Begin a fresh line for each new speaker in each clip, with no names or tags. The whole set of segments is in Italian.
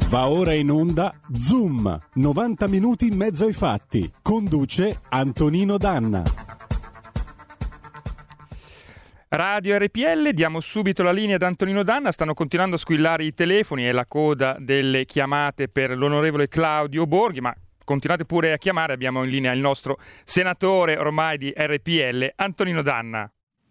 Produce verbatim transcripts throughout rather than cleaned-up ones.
Va ora in onda Zoom, novanta minuti in mezzo ai fatti. Conduce Antonino Danna.
Radio R P L, diamo subito la linea ad Antonino Danna. Stanno continuando a squillare i telefoni e la coda delle chiamate per l'onorevole Claudio Borghi, ma continuate pure a chiamare, abbiamo in linea il nostro senatore ormai di R P L, Antonino Danna.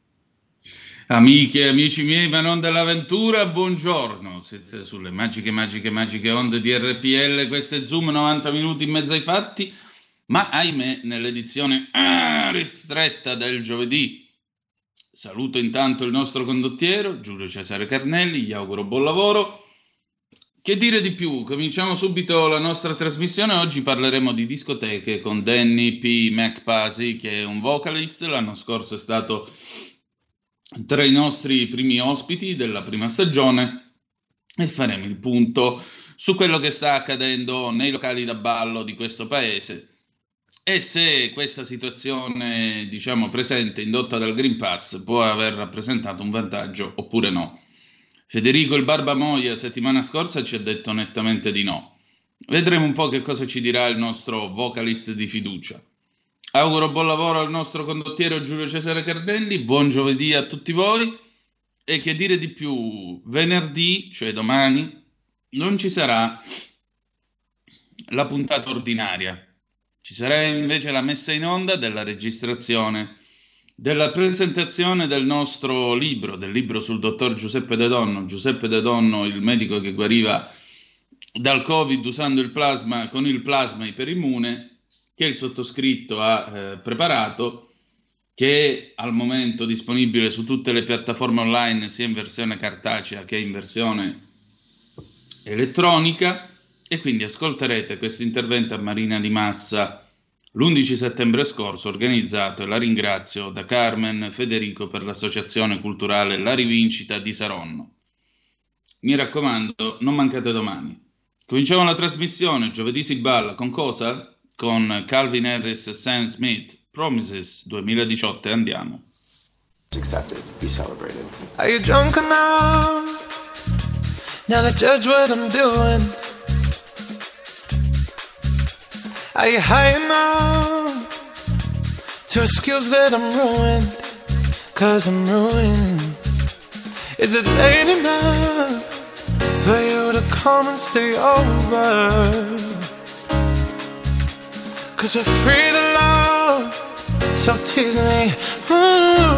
Amiche e amici miei, ma non dell'avventura, buongiorno. Siete sulle magiche, magiche, magiche onde di R P L. Questo è Zoom, novanta minuti in mezzo ai fatti. Ma ahimè, nell'edizione ah, ristretta del giovedì. Saluto intanto il nostro condottiero, Giulio Cesare Carnelli, gli auguro buon lavoro. Che dire di più? Cominciamo subito la nostra trasmissione. Oggi parleremo di discoteche con Danny P. McPasey, che è un vocalist. L'anno scorso è stato tra i nostri primi ospiti della prima stagione e faremo il punto su quello che sta accadendo nei locali da ballo di questo paese e se questa situazione, diciamo, presente, indotta dal Green Pass, può aver rappresentato un vantaggio oppure no. Federico il Barbamoia settimana scorsa ci ha detto nettamente di no. Vedremo un po' che cosa ci dirà il nostro vocalist di fiducia. Auguro buon lavoro al nostro condottiero Giulio Cesare Carnelli, buon giovedì a tutti voi e che dire di più, venerdì, cioè domani, non ci sarà la puntata ordinaria, ci sarà invece la messa in onda della registrazione, della presentazione del nostro libro, del libro sul dottor Giuseppe De Donno, Giuseppe De Donno, il medico che guariva dal Covid usando il plasma con il plasma iperimmune, che il sottoscritto ha eh, preparato, che è al momento disponibile su tutte le piattaforme online, sia in versione cartacea che in versione elettronica, e quindi ascolterete questo intervento a Marina di Massa l'undici settembre scorso, organizzato, e la ringrazio, da Carmen Federico per l'associazione culturale La Rivincita di Saronno. Mi raccomando, non mancate domani. Cominciamo la trasmissione, giovedì si balla, con cosa? Con Calvin Harris e Sam Smith, Promises duemiladiciotto, andiamo.
Accepted, be celebrated.
Are you drunk enough now to judge what I'm doing? Are you high enough to excuse that I'm ruined? Cause I'm ruined. Is it late enough for you to come and stay over? Cause we're free to love, so tease me. Ooh.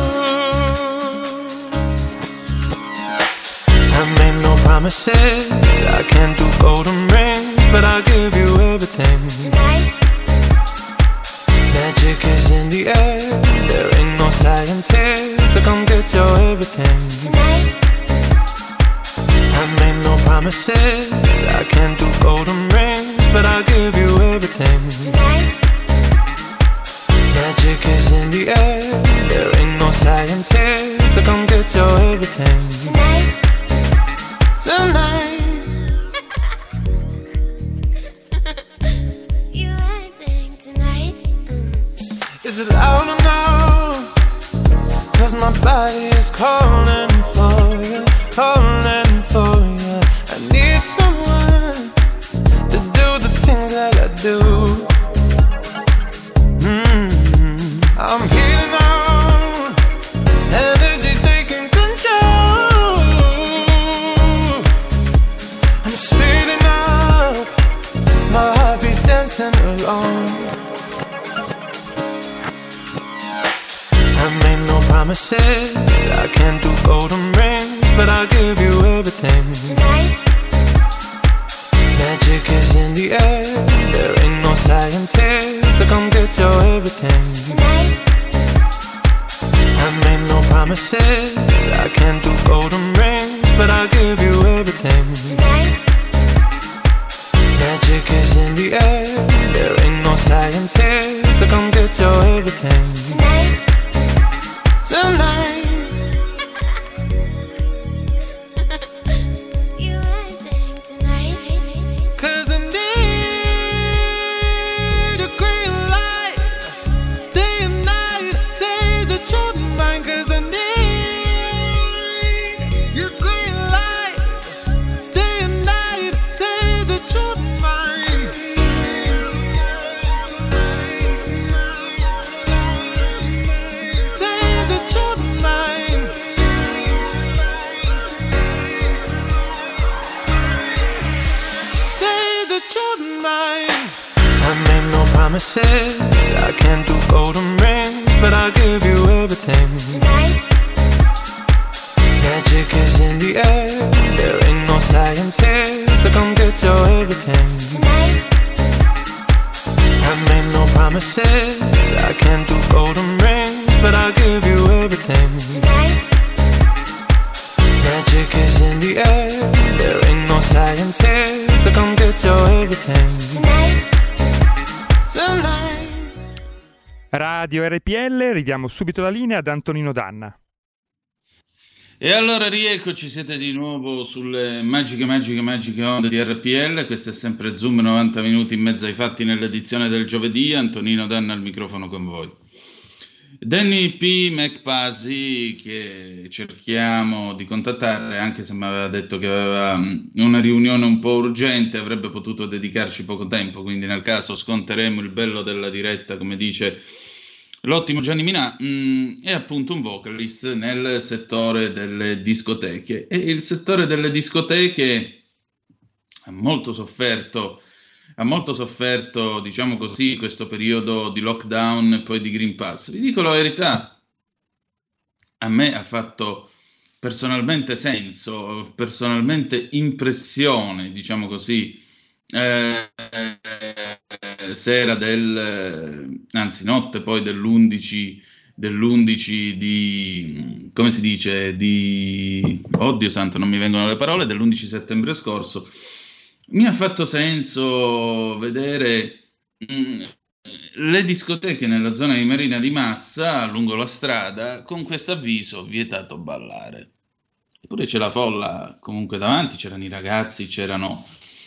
I made no promises, I can't do golden rings, but I'll give you everything. Tonight. Magic is in the air, there ain't no science here, so come get your everything. Tonight. I made no promises, I can't do golden rings, but I'll give you everything. Tonight. Magic is in the air, there ain't no science here, so come get your everything. Tonight. Tonight. You acting tonight. Mm. Is it loud enough? Cause my body is calling for you, calling for you. I need someone to do the things that I do. Mm-hmm. I'm healing out, energy taking control. I'm speeding up, my heartbeat's dancing alone. I made no promises, I can't do golden rings, but I'll give you everything. Tonight. Magic is in the air, there ain't no science here, so come get your everything. Tonight. I made no promises, I can't do golden rings, but I'll give you everything. Tonight. Magic is in the air, there ain't no science here, so come get your everything. Tonight. Tonight. Day and night. your mind. I made no promises, I can't do golden rings, but I'll give you everything. Tonight. Magic is in the air, there ain't no science here, so come get your everything. Tonight. I made no promises, I can't do golden rings, but I'll give you everything. Tonight. Magic is in the air, there ain't no science here, so come get your everything. Tonight. Tonight.
Radio R P L, ridiamo subito la linea ad Antonino Danna.
E allora rieccoci, siete di nuovo sulle magiche, magiche, magiche onde di R P L. Questo è sempre Zoom, novanta minuti in mezzo ai fatti nell'edizione del giovedì. Antonino Danna al microfono con voi. Danny P. McPasy, che cerchiamo di contattare, anche se mi aveva detto che aveva una riunione un po' urgente, avrebbe potuto dedicarci poco tempo, quindi nel caso sconteremo il bello della diretta, come dice l'ottimo Gianni Minà. Mh, è appunto un vocalist nel settore delle discoteche, e il settore delle discoteche ha molto sofferto ha molto sofferto, diciamo così, questo periodo di lockdown e poi di Green Pass. Vi dico la verità, a me ha fatto personalmente senso, personalmente impressione, diciamo così, eh, eh, sera del, anzi notte poi dell'undici, dell'undici di, come si dice, di, oddio santo, non mi vengono le parole, dell'undici settembre scorso. Mi ha fatto senso vedere mh, le discoteche nella zona di Marina di Massa, lungo la strada, con questo avviso: vietato ballare. Eppure c'è la folla comunque davanti, c'erano i ragazzi, c'erano,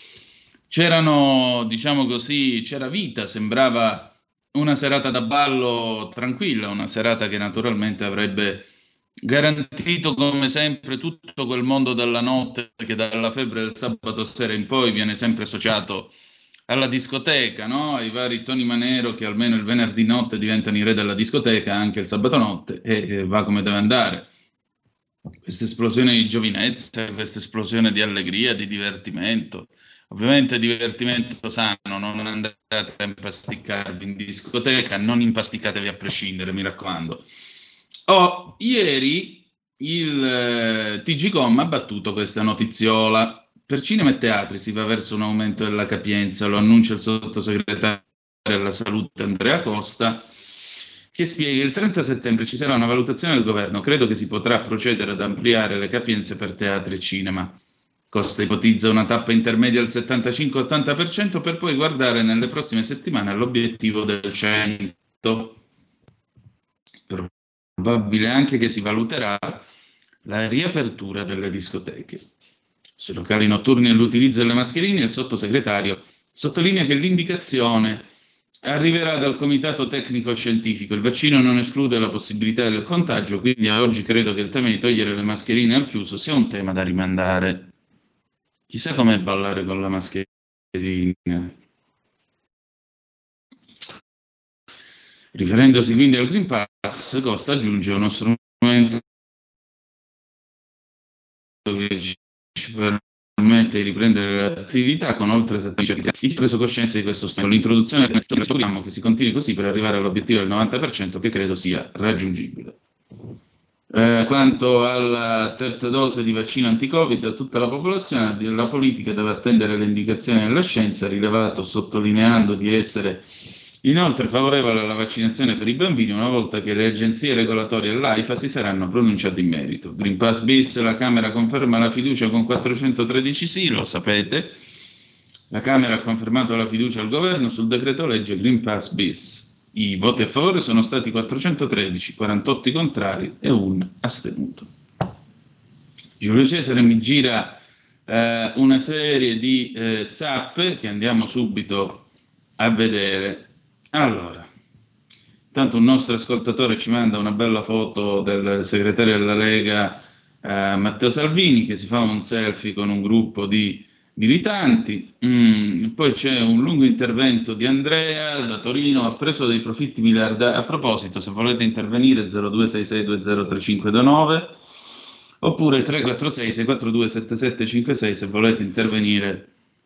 c'erano, diciamo così, c'era vita, sembrava una serata da ballo tranquilla, una serata che naturalmente avrebbe garantito come sempre tutto quel mondo della notte che dalla febbre del sabato sera in poi viene sempre associato alla discoteca, no? Ai vari Tony Manero che almeno il venerdì notte diventano i re della discoteca anche il sabato notte, e, e va come deve andare. Questa esplosione di giovinezza, questa esplosione di allegria, di divertimento, ovviamente divertimento sano, non andate a impasticcarvi in discoteca, non impasticatevi a prescindere, mi raccomando. Oh, ieri il eh, T G Com ha battuto questa notiziola. Per cinema e teatri si va verso un aumento della capienza, lo annuncia il sottosegretario alla salute Andrea Costa, che spiega: il trenta settembre ci sarà una valutazione del governo, credo che si potrà procedere ad ampliare le capienze per teatri e cinema. Costa ipotizza una tappa intermedia al settantacinque ottanta per cento per poi guardare nelle prossime settimane all'obiettivo del cento. Probabile anche che si valuterà la riapertura delle discoteche. Sui locali notturni e l'utilizzo delle mascherine, il sottosegretario sottolinea che l'indicazione arriverà dal comitato tecnico scientifico. Il vaccino non esclude la possibilità del contagio, quindi a oggi credo che il tema di togliere le mascherine al chiuso sia un tema da rimandare. Chissà com'è ballare con la mascherina. Riferendosi quindi al Green Pass, Costa aggiunge uno strumento che ci permette di riprendere l'attività con oltre settanta. Ho preso coscienza di questo strumento. L'introduzione del programma che si continui così per arrivare all'obiettivo del novanta per cento, che credo sia raggiungibile. Eh, quanto alla terza dose di vaccino anti-Covid a tutta la popolazione, la politica deve attendere le indicazioni della scienza, rilevato sottolineando di essere inoltre favorevole alla vaccinazione per i bambini una volta che le agenzie regolatorie e l'AIFA si saranno pronunciate in merito. Green Pass bis, la Camera conferma la fiducia con quattrocentotredici sì, lo sapete. La Camera ha confermato la fiducia al governo sul decreto legge Green Pass bis. I voti a favore sono stati quattrocentotredici, quarantotto contrari e un astenuto. Giulio Cesare mi gira eh, una serie di eh, zappe che andiamo subito a vedere. Allora, tanto un nostro ascoltatore ci manda una bella foto del segretario della Lega eh, Matteo Salvini, che si fa un selfie con un gruppo di militanti. Mm, poi c'è un lungo intervento di Andrea da Torino: ha preso dei profitti miliardari. A proposito, se volete intervenire, zero due sei sei due zero tre cinque due nove oppure tre quattro sei sei quattro due sette sette cinque sei se volete intervenire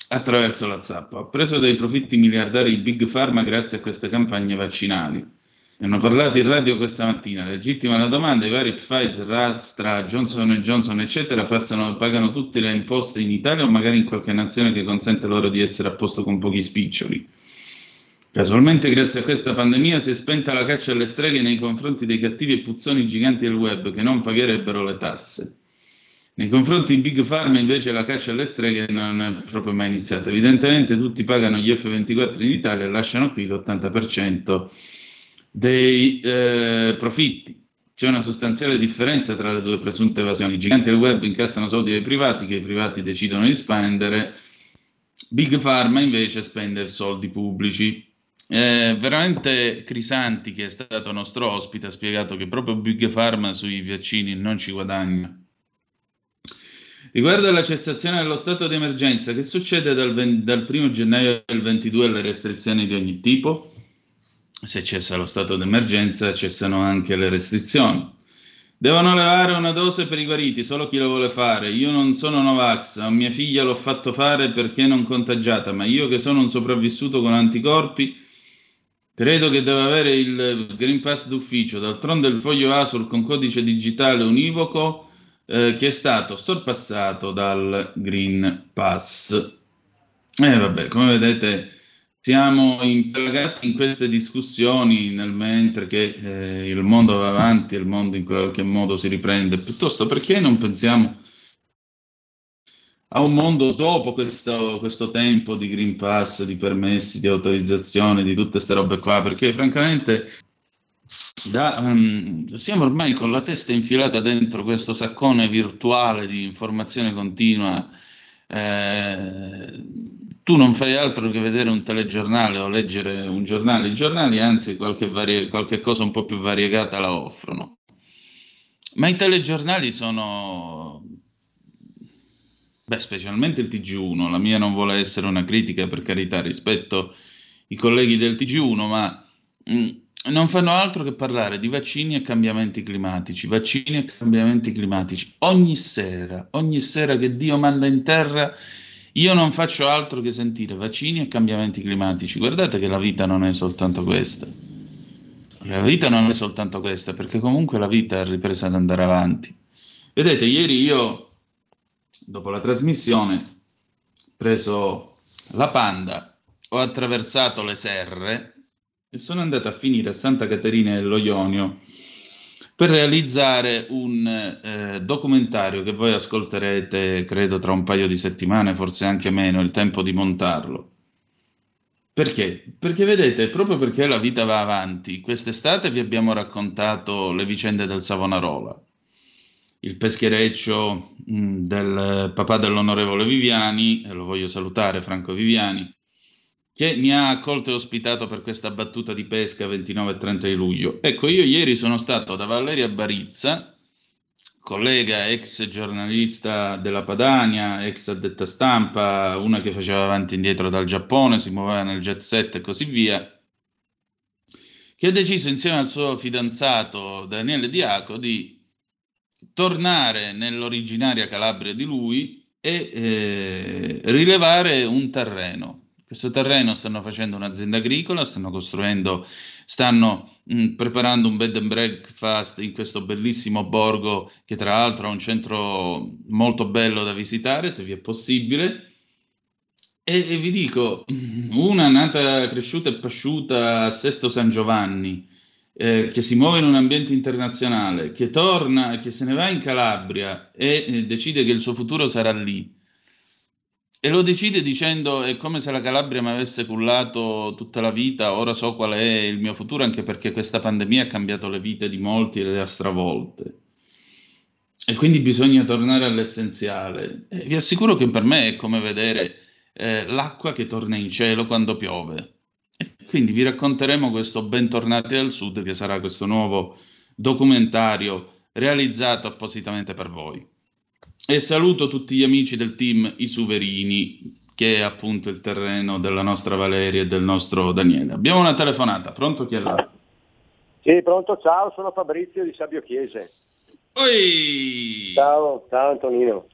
attraverso la zappa. Ha preso dei profitti miliardari di Big Pharma grazie a queste campagne vaccinali. Ne hanno parlato in radio questa mattina. Legittima la domanda: i vari Pfizer, Astra, Johnson and Johnson, eccetera, passano, pagano tutte le imposte in Italia o magari in qualche nazione che consente loro di essere a posto con pochi spiccioli? Casualmente, grazie a questa pandemia, si è spenta la caccia alle streghe nei confronti dei cattivi e puzzoni giganti del web che non pagherebbero le tasse. Nei confronti di Big Pharma, invece, la caccia alle streghe non è proprio mai iniziata. Evidentemente tutti pagano gli effe ventiquattro in Italia e lasciano qui l'ottanta per cento dei eh, profitti. C'è una sostanziale differenza tra le due presunte evasioni. I giganti del web incassano soldi dai privati che i privati decidono di spendere. Big Pharma invece spende soldi pubblici. Eh, veramente Crisanti, che è stato nostro ospite, ha spiegato che proprio Big Pharma sui vaccini non ci guadagna. Riguardo alla cessazione dello stato di emergenza, che succede dal, venti, dal primo gennaio al ventidue alle restrizioni di ogni tipo? Se cessa lo stato d'emergenza, cessano anche le restrizioni. Devono levare una dose per i guariti, solo chi lo vuole fare. Io non sono Novax, a mia figlia l'ho fatto fare perché non contagiata, ma io che sono un sopravvissuto con anticorpi, credo che deve avere il Green Pass d'ufficio. D'altronde il foglio ASUR con codice digitale univoco eh, che è stato sorpassato dal Green Pass. E eh, vabbè, come vedete, siamo impagati in queste discussioni nel mentre che eh, il mondo va avanti e il mondo in qualche modo si riprende. Piuttosto, perché non pensiamo a un mondo dopo questo, questo tempo di Green Pass, di permessi, di autorizzazione, di tutte queste robe qua? Perché francamente da, um, siamo ormai con la testa infilata dentro questo saccone virtuale di informazione continua. Eh, tu non fai altro che vedere un telegiornale o leggere un giornale. I giornali, anzi, qualche, varie, qualche cosa un po' più variegata la offrono, ma i telegiornali sono, beh, specialmente il T G uno. La mia non vuole essere una critica, per carità, rispetto i colleghi del T G uno, ma mh, non fanno altro che parlare di vaccini e cambiamenti climatici, vaccini e cambiamenti climatici. Ogni sera, ogni sera che Dio manda in terra, io non faccio altro che sentire vaccini e cambiamenti climatici. Guardate che la vita non è soltanto questa. La vita non è soltanto questa, perché comunque la vita è ripresa ad andare avanti. Vedete, ieri io, dopo la trasmissione, ho preso la Panda, ho attraversato le serre e sono andato a finire a Santa Caterina dello Ionio per realizzare un eh, documentario che voi ascolterete, credo, tra un paio di settimane, forse anche meno, il tempo di montarlo. Perché? Perché vedete, proprio perché la vita va avanti, quest'estate vi abbiamo raccontato le vicende del Savonarola, il peschereccio mh, del papà dell'onorevole Viviani, e lo voglio salutare, Franco Viviani, che mi ha accolto e ospitato per questa battuta di pesca ventinove e trenta di luglio. Ecco, io ieri sono stato da Valeria Barizza, collega, ex giornalista della Padania, ex addetta stampa, una che faceva avanti e indietro dal Giappone, si muoveva nel jet set e così via, che ha deciso insieme al suo fidanzato Daniele Diaco di tornare nell'originaria Calabria di lui e eh, rilevare un terreno. Questo terreno stanno facendo un'azienda agricola, stanno costruendo, stanno mh, preparando un bed and breakfast in questo bellissimo borgo che tra l'altro ha un centro molto bello da visitare, se vi è possibile. E, e vi dico, una nata, cresciuta e pasciuta a Sesto San Giovanni, eh, che si muove in un ambiente internazionale, che torna, che se ne va in Calabria e eh, decide che il suo futuro sarà lì. E lo decide dicendo: è come se la Calabria mi avesse cullato tutta la vita, ora so qual è il mio futuro, anche perché questa pandemia ha cambiato le vite di molti e le ha stravolte. E quindi bisogna tornare all'essenziale. E vi assicuro che per me è come vedere eh, l'acqua che torna in cielo quando piove. E quindi vi racconteremo questo Bentornati al Sud, che sarà questo nuovo documentario realizzato appositamente per voi. E saluto tutti gli amici del team I Suverini, che è appunto il terreno della nostra Valeria e del nostro Daniele. Abbiamo una telefonata, pronto, chi è là?
Sì, pronto, ciao, sono Fabrizio di Sabio Chiese.
Oi!
Ciao, ciao Antonino.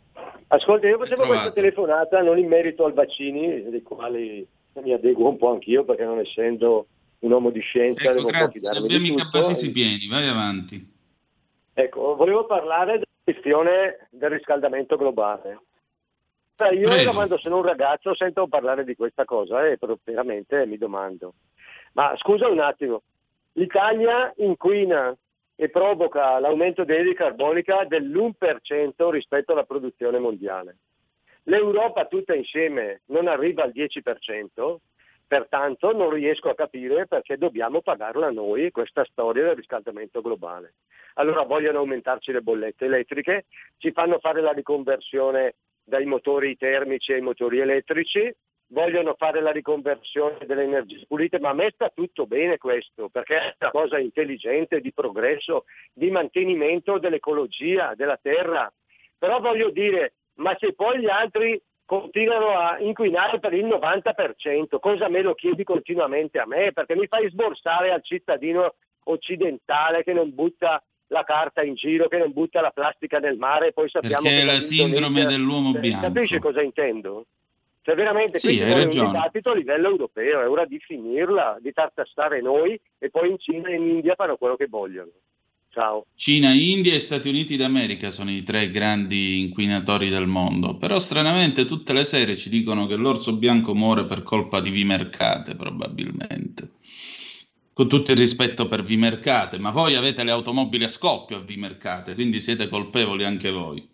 Ascolta, io facevo questa telefonata non in merito ai vaccini, dei quali mi adeguo un po' anch'io, perché non essendo un uomo di scienza
ecco,
devo
grazie,
fidarmi di
abbiamo i
tutto.
capasisi pieni, vai avanti.
Ecco, volevo parlare della questione del riscaldamento globale. Cioè, io
Prego.
da quando sono un ragazzo sento parlare di questa cosa e veramente mi domando, ma scusa un attimo, l'Italia inquina e provoca l'aumento dell'anidride carbonica dell'uno per cento rispetto alla produzione mondiale. L'Europa tutta insieme non arriva al dieci per cento, pertanto non riesco a capire perché dobbiamo pagarla noi questa storia del riscaldamento globale. Allora vogliono aumentarci le bollette elettriche, ci fanno fare la riconversione dai motori termici ai motori elettrici, vogliono fare la riconversione delle energie pulite, ma a me sta tutto bene questo, perché è una cosa intelligente, di progresso, di mantenimento dell'ecologia, della terra. Però voglio dire, ma se poi gli altri continuano a inquinare per il novanta per cento, cosa me lo chiedi continuamente a me? Perché mi fai sborsare al cittadino occidentale che non butta la carta in giro, che non butta la plastica nel mare, e poi sappiamo
Perché
che
è la sindrome dell'uomo bianco.
Capisci cosa intendo? Cioè veramente
sì,
qui c'è un
ragione.
dibattito a livello europeo, è ora di finirla, di tartassare noi e poi in Cina e in India fanno quello che vogliono. Ciao.
Cina, India e Stati Uniti d'America sono i tre grandi inquinatori del mondo, però stranamente tutte le sere ci dicono che l'orso bianco muore per colpa di Vimercate, probabilmente. Con tutto il rispetto per Vimercate, ma voi avete le automobili a scoppio a Vimercate, quindi siete colpevoli anche voi.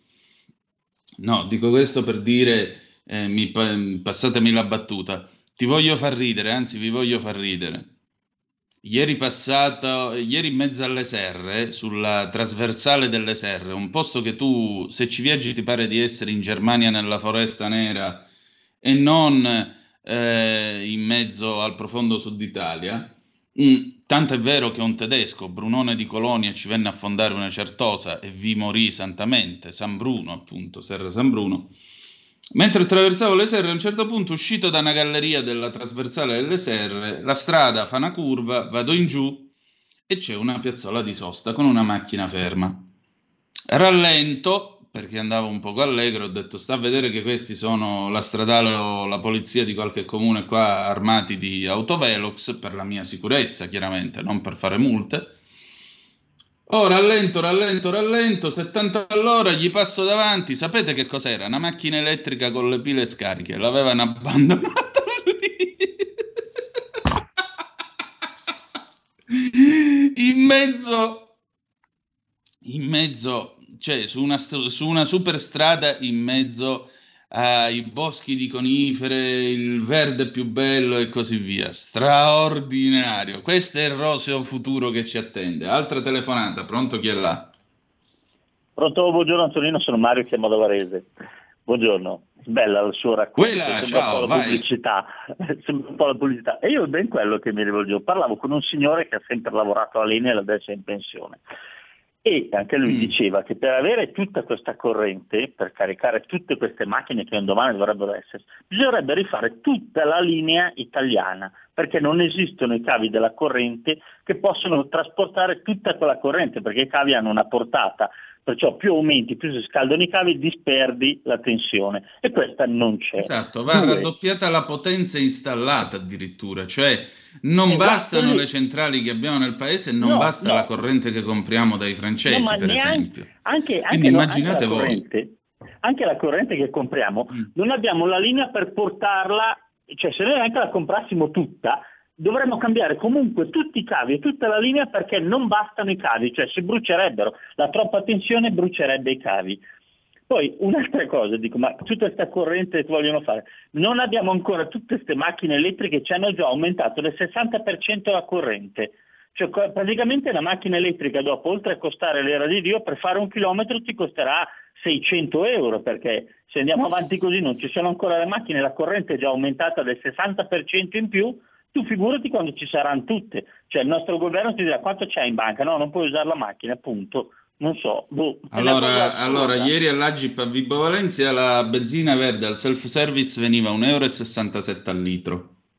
No, dico questo per dire, eh, mi, passatemi la battuta, ti voglio far ridere, anzi vi voglio far ridere. Ieri passato, ieri in mezzo alle serre, sulla trasversale delle serre, un posto che tu, se ci viaggi, ti pare di essere in Germania nella Foresta Nera e non eh, in mezzo al profondo sud Italia. Mm, tanto è vero che un tedesco, Brunone di Colonia, ci venne a fondare una Certosa e vi morì santamente, San Bruno appunto, Serra San Bruno. Mentre attraversavo le serre, a un certo punto, uscito da una galleria della trasversale delle serre, la strada fa una curva, vado in giù e c'è una piazzola di sosta con una macchina ferma. Rallento, perché andavo un poco allegro, ho detto sta a vedere che questi sono la stradale o la polizia di qualche comune qua armati di autovelox, per la mia sicurezza chiaramente, non per fare multe. Oh, rallento, rallento, rallento, settanta all'ora, gli passo davanti, sapete che cos'era? Una macchina elettrica con le pile scariche, l'avevano abbandonata lì. In mezzo, in mezzo, cioè su una, su una superstrada in mezzo ai boschi di conifere, il verde più bello e così via. Straordinario. Questo è il roseo futuro che ci attende. Altra telefonata, pronto, chi è là?
Pronto, buongiorno Antonino, sono Mario, chiamo da Varese. Buongiorno, bella il suo racconto.
Quella,
sembra
ciao,
un po' la
vai.
pubblicità. Sembra un po' la pubblicità. E io ben quello che mi rivolgevo. Parlavo con un signore che ha sempre lavorato all'Enel e adesso è in pensione. E anche lui mm. diceva che per avere tutta questa corrente, per caricare tutte queste macchine che un domani dovrebbero essere, bisognerebbe rifare tutta la linea italiana, perché non esistono i cavi della corrente che possono trasportare tutta quella corrente, perché i cavi hanno una portata, perciò più aumenti, più si scaldano i cavi, disperdi la tensione, e questa non c'è.
Esatto, va
Due.
raddoppiata la potenza installata addirittura, cioè non
esatto,
bastano
lì.
le centrali che abbiamo nel paese, non
no,
basta
no.
la corrente che compriamo dai francesi,
no,
per
neanche,
esempio.
Anche, anche,
Quindi
no,
immaginate
anche la
voi.
corrente, anche la corrente che compriamo,
Mm.
non abbiamo la linea per portarla, cioè se noi anche la comprassimo tutta, dovremmo cambiare comunque tutti i cavi e tutta la linea, perché non bastano i cavi, cioè si brucierebbero, la troppa tensione brucierebbe i cavi. Poi un'altra cosa, dico, ma tutta questa corrente che vogliono fare, non abbiamo ancora tutte queste macchine elettriche, ci hanno già aumentato del sessanta per cento la corrente, cioè praticamente una macchina elettrica dopo, oltre a costare l'era di Dio, per fare un chilometro ti costerà seicento euro, perché se andiamo avanti così non ci sono ancora le macchine, la corrente è già aumentata del sessanta per cento in più. Tu figurati quando ci saranno tutte, cioè il nostro governo ti dirà quanto c'hai in banca, no, non puoi usare la macchina, appunto, non so. Boh,
allora, allora ieri all'Agip a Vibo Valencia la benzina verde al self-service veniva un euro e sessantasette al litro,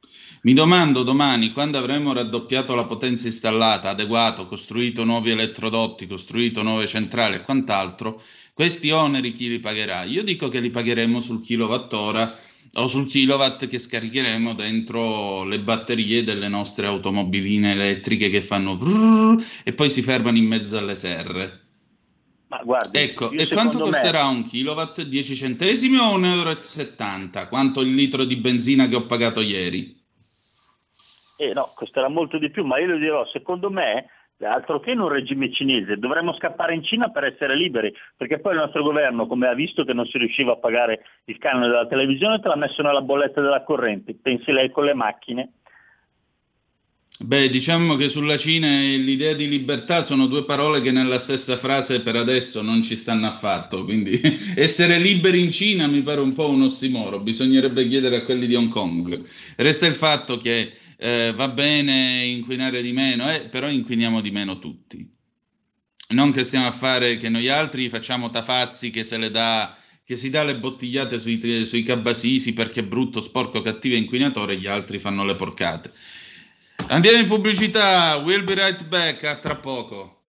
Mi domando domani, quando avremo raddoppiato la potenza installata, adeguato, costruito nuovi elettrodotti, costruito nuove centrali e quant'altro, questi oneri chi li pagherà? Io dico che li pagheremo sul kilowattora o sul kilowatt che scaricheremo dentro le batterie delle nostre automobiline elettriche che fanno brrr e poi si fermano in mezzo alle serre.
Ma guardi,
ecco, e quanto costerà
me...
un kilowatt? dieci centesimi o un euro e settanta? Quanto il litro di benzina che ho pagato ieri?
Eh no, costerà molto di più, ma io le dirò, secondo me, altro che in un regime cinese, dovremmo scappare in Cina per essere liberi, perché poi il nostro governo, come ha visto che non si riusciva a pagare il canone della televisione, te l'ha messo nella bolletta della corrente, pensi lei con le macchine.
Beh, diciamo che sulla Cina e l'idea di libertà sono due parole che nella stessa frase per adesso non ci stanno affatto, quindi essere liberi in Cina mi pare un po' un ossimoro, bisognerebbe chiedere a quelli di Hong Kong. Resta il fatto che eh, va bene inquinare di meno, eh, però inquiniamo di meno tutti. Non che stiamo a fare che noi altri facciamo Tafazzi che se le dà, che si dà le bottigliate sui, sui cabasisi perché è brutto, sporco, cattivo e inquinatore, gli altri fanno le porcate. Andiamo in pubblicità, we'll be right back, a tra poco.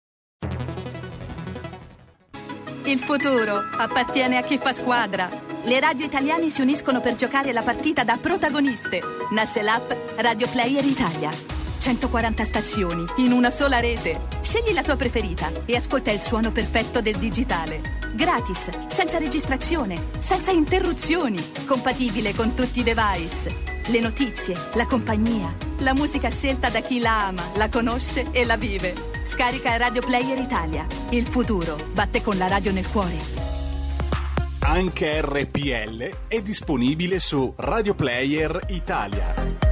Il futuro appartiene a chi fa squadra. Le radio italiane si uniscono per giocare la partita da protagoniste. Nasce l'app Radio Player Italia. centoquaranta stazioni in una sola rete. Scegli la tua preferita e ascolta il suono perfetto del digitale. Gratis, senza registrazione, senza interruzioni, compatibile con tutti i device. Le notizie, la compagnia, la musica scelta da chi la ama, la conosce e la vive. Scarica Radio Player Italia. Il futuro batte con la radio nel cuore.
Anche R P L è disponibile su Radio Player Italia.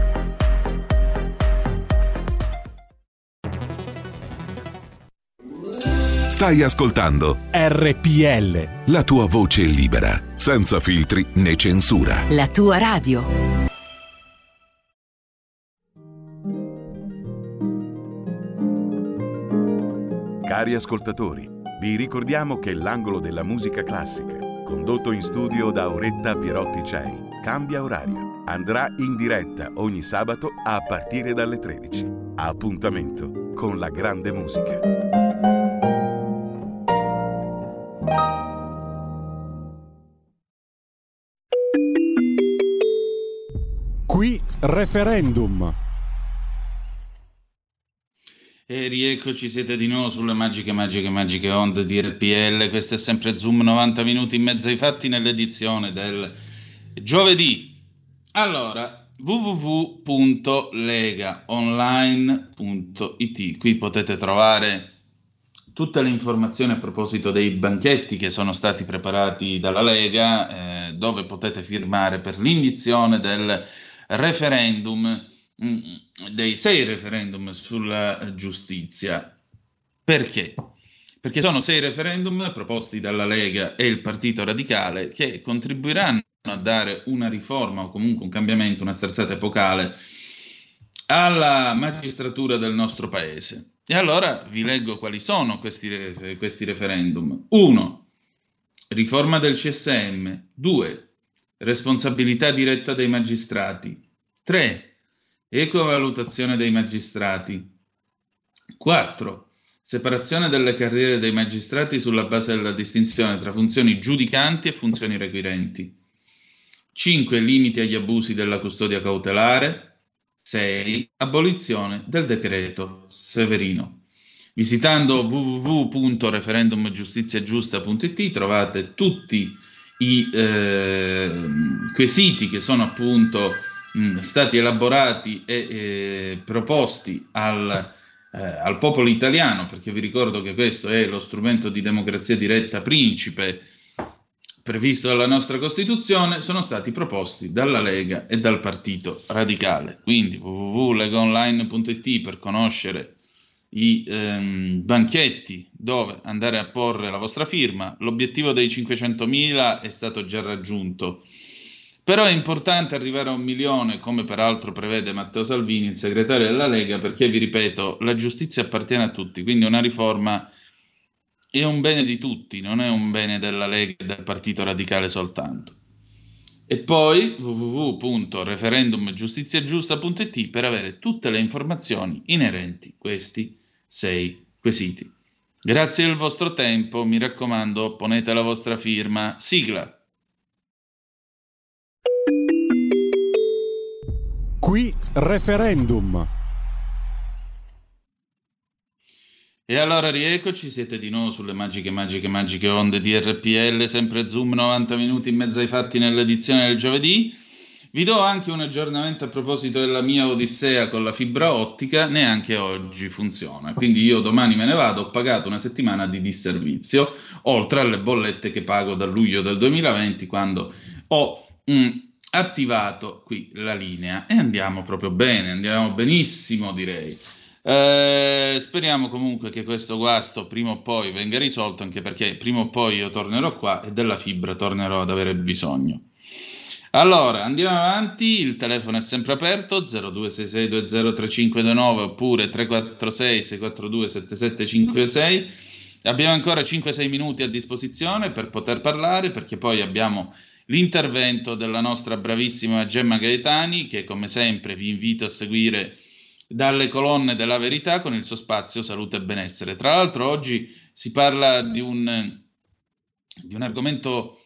Stai ascoltando
R P L,
la tua voce libera, senza filtri né censura.
La tua radio.
Cari ascoltatori, vi ricordiamo che l'angolo della musica classica, condotto in studio da Auretta Pierotti Cei, cambia orario. Andrà in diretta ogni sabato a partire dalle tredici. Appuntamento con la grande musica.
Qui referendum.
E rieccoci, siete di nuovo sulle magiche, magiche, magiche onde di R P L. Questo è sempre Zoom, novanta minuti in mezzo ai fatti nell'edizione del giovedì. Allora, w w w punto legaonline punto i t. Qui potete trovare tutte le informazioni a proposito dei banchetti che sono stati preparati dalla Lega, eh, dove potete firmare per l'indizione del referendum, dei sei referendum sulla giustizia. Perché? Perché sono sei referendum proposti dalla Lega e il Partito Radicale che contribuiranno a dare una riforma o comunque un cambiamento, una sterzata epocale alla magistratura del nostro paese. E allora vi leggo quali sono questi, questi referendum. uno. Riforma del C S M. due. Responsabilità diretta dei magistrati. tre. Ecovalutazione dei magistrati. quattro. Separazione delle carriere dei magistrati sulla base della distinzione tra funzioni giudicanti e funzioni requirenti. cinque. Limiti agli abusi della custodia cautelare. sei. Abolizione del decreto Severino. Visitando w w w punto referendum giustizia giusta punto i t trovate tutti i eh, quesiti che sono appunto mh, stati elaborati e eh, proposti al, eh, al popolo italiano, perché vi ricordo che questo è lo strumento di democrazia diretta principe previsto dalla nostra Costituzione, sono stati proposti dalla Lega e dal Partito Radicale. Quindi w w w punto legaonline punto i t per conoscere i ehm, banchetti dove andare a porre la vostra firma. L'obiettivo dei cinquecentomila è stato già raggiunto, però è importante arrivare a un milione, come peraltro prevede Matteo Salvini, il segretario della Lega, perché vi ripeto, la giustizia appartiene a tutti, quindi una riforma è un bene di tutti, non è un bene della Lega e del Partito Radicale soltanto. E poi w w w punto referendum giustizia giusta punto i t per avere tutte le informazioni inerenti a questi sei quesiti. Grazie del vostro tempo, mi raccomando, ponete la vostra firma. Sigla.
Qui referendum.
E allora rieccoci, siete di nuovo sulle magiche, magiche, magiche onde di R P L, sempre Zoom, novanta minuti in mezzo ai fatti nell'edizione del giovedì. Vi do anche un aggiornamento a proposito della mia odissea con la fibra ottica, neanche oggi funziona. Quindi io domani me ne vado, ho pagato una settimana di disservizio, oltre alle bollette che pago da luglio del duemilaventi, quando ho mm, attivato qui la linea. E andiamo proprio bene, andiamo benissimo direi. Eh, speriamo comunque che questo guasto prima o poi venga risolto, anche perché prima o poi io tornerò qua e della fibra tornerò ad avere bisogno. Allora, andiamo avanti, il telefono è sempre aperto, zero due sei sei due zero tre cinque due nove oppure tre quattro sei sei quattro due sette sette cinque sei. Abbiamo ancora cinque sei minuti a disposizione per poter parlare, perché poi abbiamo l'intervento della nostra bravissima Gemma Gaetani, che come sempre vi invito a seguire dalle colonne della verità con il suo spazio salute e benessere. Tra l'altro oggi si parla di un, di un argomento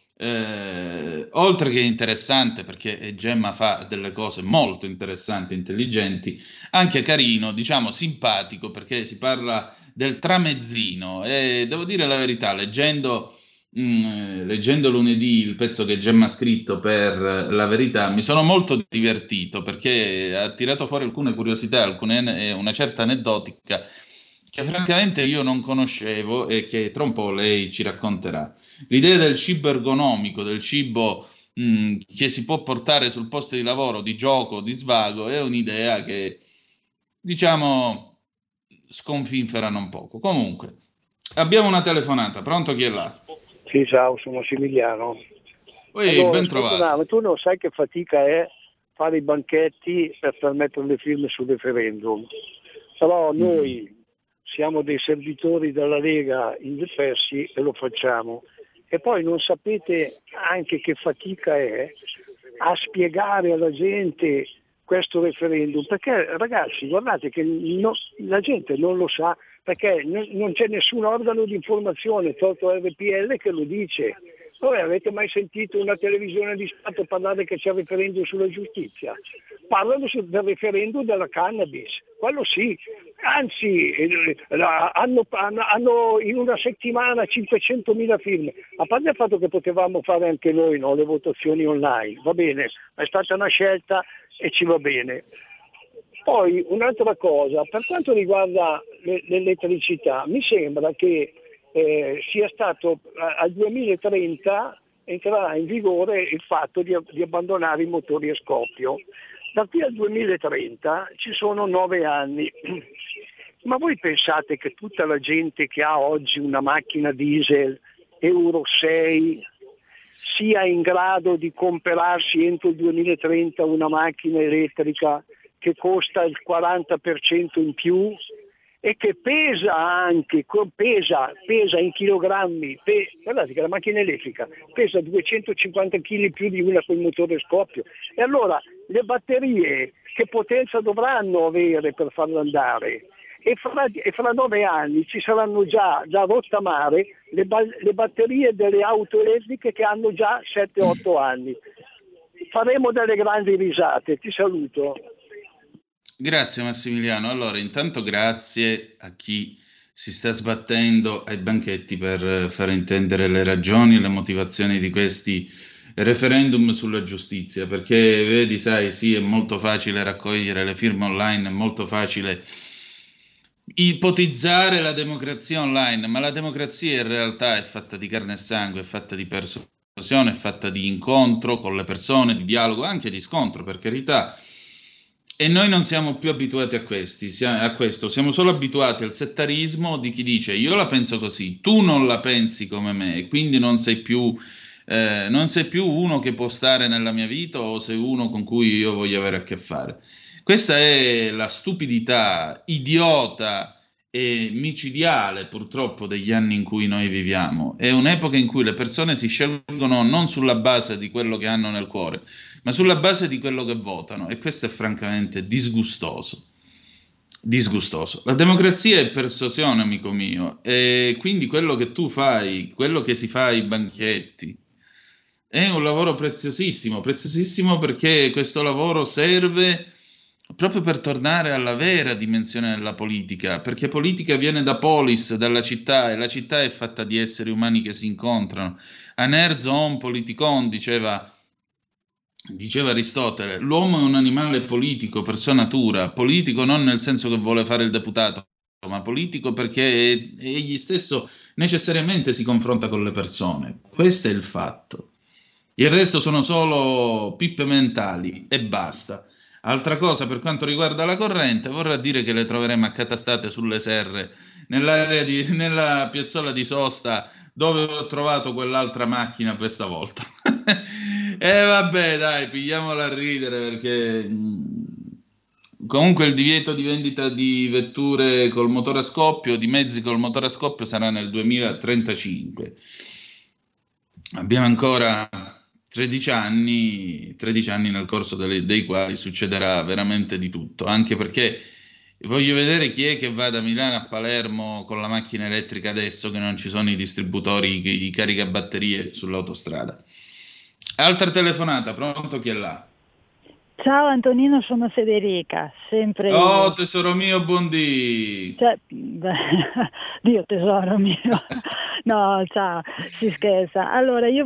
eh, oltre che interessante, perché Gemma fa delle cose molto interessanti, intelligenti, anche carino, diciamo simpatico, perché si parla del tramezzino e devo dire la verità, leggendo Mm, leggendo lunedì il pezzo che Gemma ha scritto per La Verità, mi sono molto divertito perché ha tirato fuori alcune curiosità, alcune, una certa aneddotica che francamente io non conoscevo e che tra un po' lei ci racconterà. L'idea del cibo ergonomico, del cibo mh, che si può portare sul posto di lavoro, di gioco, di svago, è un'idea che, diciamo, sconfinfera non poco. Comunque, abbiamo una telefonata. Pronto, chi è là?
Sì, ciao, sono Massimiliano.
Ui,
allora,
ben trovato.
No, tu non sai che fatica è fare i banchetti per far mettere le firme sul referendum. Però noi mm. siamo dei servitori della Lega indefessi e lo facciamo. E poi non sapete anche che fatica è a spiegare alla gente questo referendum, perché ragazzi guardate che no, la gente non lo sa, perché n- non c'è nessun organo di informazione, tolto R P L, che lo dice. Voi avete mai sentito una televisione di Stato parlare che c'è il referendum sulla giustizia? Parlano su, del referendum della cannabis, quello sì, anzi eh, hanno, hanno in una settimana cinquecentomila firme, a parte il fatto che potevamo fare anche noi, no, le votazioni online, va bene, è stata una scelta e ci va bene. Poi un'altra cosa, per quanto riguarda le, l'elettricità, mi sembra che eh, sia stato al duemilatrenta entrerà in vigore il fatto di, di abbandonare i motori a scoppio. Da qui al duemilatrenta ci sono nove anni. Ma voi pensate che tutta la gente che ha oggi una macchina diesel Euro sei sia in grado di comprarsi entro il duemilatrenta una macchina elettrica che costa il quaranta per cento in più e che pesa anche, pesa, pesa in chilogrammi, pe, guardate che la macchina elettrica pesa duecentocinquanta chili più di una con il motore a scoppio. E allora le batterie che potenza dovranno avere per farla andare? E fra, e fra nove anni ci saranno già da rottamare le, ba, le batterie delle auto elettriche che hanno già sette otto anni. Faremo delle grandi risate, ti saluto.
Grazie Massimiliano. Allora, intanto grazie a chi si sta sbattendo ai banchetti per far intendere le ragioni e le motivazioni di questi referendum sulla giustizia, perché vedi, sai, sì, è molto facile raccogliere le firme online, è molto facile ipotizzare la democrazia online, ma la democrazia in realtà è fatta di carne e sangue, è fatta di persuasione, è fatta di incontro con le persone, di dialogo, anche di scontro, per carità. E noi non siamo più abituati a, questi, a questo, siamo solo abituati al settarismo di chi dice io la penso così, tu non la pensi come me, e quindi non sei più, eh, non sei più uno che può stare nella mia vita o sei uno con cui io voglio avere a che fare. Questa è la stupidità idiota e micidiale purtroppo degli anni in cui noi viviamo. È un'epoca in cui le persone si scelgono non sulla base di quello che hanno nel cuore, ma sulla base di quello che votano, e questo è francamente disgustoso. Disgustoso. La democrazia è persuasione, amico mio, e quindi quello che tu fai, quello che si fa ai banchetti, è un lavoro preziosissimo, preziosissimo perché questo lavoro serve proprio per tornare alla vera dimensione della politica, perché politica viene da polis, dalla città, e la città è fatta di esseri umani che si incontrano. Aner zoon politikon, diceva, diceva Aristotele, l'uomo è un animale politico per sua natura, politico non nel senso che vuole fare il deputato, ma politico perché egli stesso necessariamente si confronta con le persone. Questo è il fatto. Il resto sono solo pippe mentali e basta. Altra cosa, per quanto riguarda la corrente, vorrà dire che le troveremo accatastate sulle serre, nell'area di, nella piazzola di sosta dove ho trovato quell'altra macchina questa volta. E vabbè, dai, pigliamola a ridere, perché mh, comunque il divieto di vendita di vetture col motore a scoppio, di mezzi col motore a scoppio, sarà nel duemilatrentacinque. Abbiamo ancora tredici anni, tredici anni nel corso delle, dei quali succederà veramente di tutto, anche perché voglio vedere chi è che va da Milano a Palermo con la macchina elettrica adesso che non ci sono i distributori, i, i caricabatterie sull'autostrada. Altra telefonata, pronto, chi è là?
Ciao Antonino, sono Federica, sempre
Oh
io.
tesoro mio, buondì.
Cioè, Dio tesoro mio. No, ciao, si scherza. Allora io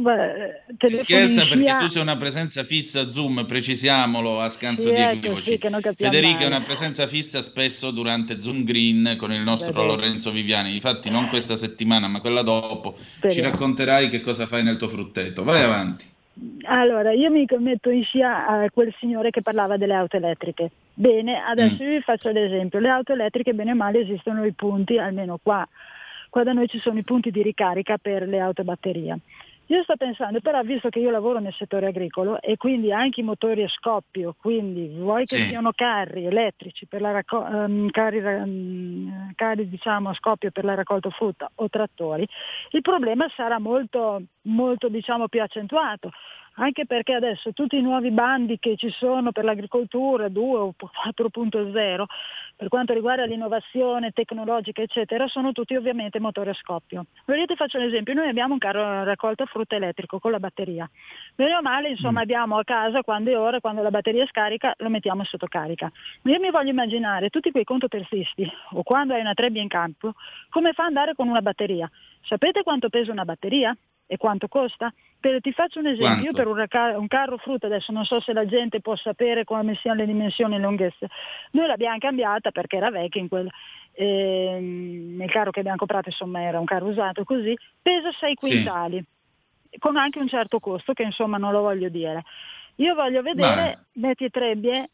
si scherza perché scia... tu sei una presenza fissa a Zoom, precisiamolo a scanso sì, di equivoci. Ecco, sì, Federica male. È una presenza fissa spesso durante Zoom Green con il nostro Beh, Lorenzo Viviani. Infatti non questa settimana, ma quella dopo Speriamo. Ci racconterai che cosa fai nel tuo frutteto. Vai avanti.
Allora, io mi metto in scia a quel signore che parlava delle auto elettriche. Bene, adesso mm. io vi faccio l'esempio. Le auto elettriche, bene o male, esistono i punti, almeno qua. Qua da noi ci sono i punti di ricarica per le auto a batteria. Io sto pensando, però, visto che io lavoro nel settore agricolo e quindi anche i motori a scoppio, quindi vuoi che sì. siano carri elettrici per la racco- um, carri, um, carri diciamo a scoppio per la raccolta frutta o trattori, il problema sarà molto, molto diciamo più accentuato. Anche perché adesso tutti i nuovi bandi che ci sono per l'agricoltura due o quattro punto zero, per quanto riguarda l'innovazione tecnologica eccetera, sono tutti ovviamente motori a scoppio. Io ti faccio un esempio, noi abbiamo un carro raccolta frutta elettrico con la batteria. Bene o male, insomma, mm. abbiamo a casa quando è ora, quando la batteria è scarica, lo mettiamo sotto carica. Ma io mi voglio immaginare tutti quei contoterzisti o quando hai una trebbia in campo, come fa ad andare con una batteria? Sapete quanto pesa una batteria? E quanto costa? Per, ti faccio un esempio, quanto? Io per un, raca- un carro frutta, adesso non so se la gente può sapere come siano le dimensioni e le lunghezze, noi l'abbiamo cambiata perché era vecchia in quel, eh, nel carro che abbiamo comprato, insomma era un carro usato così, pesa sei quintali, sì. con anche un certo costo che insomma non lo voglio dire. Io voglio vedere, Ma... metti e trebbie,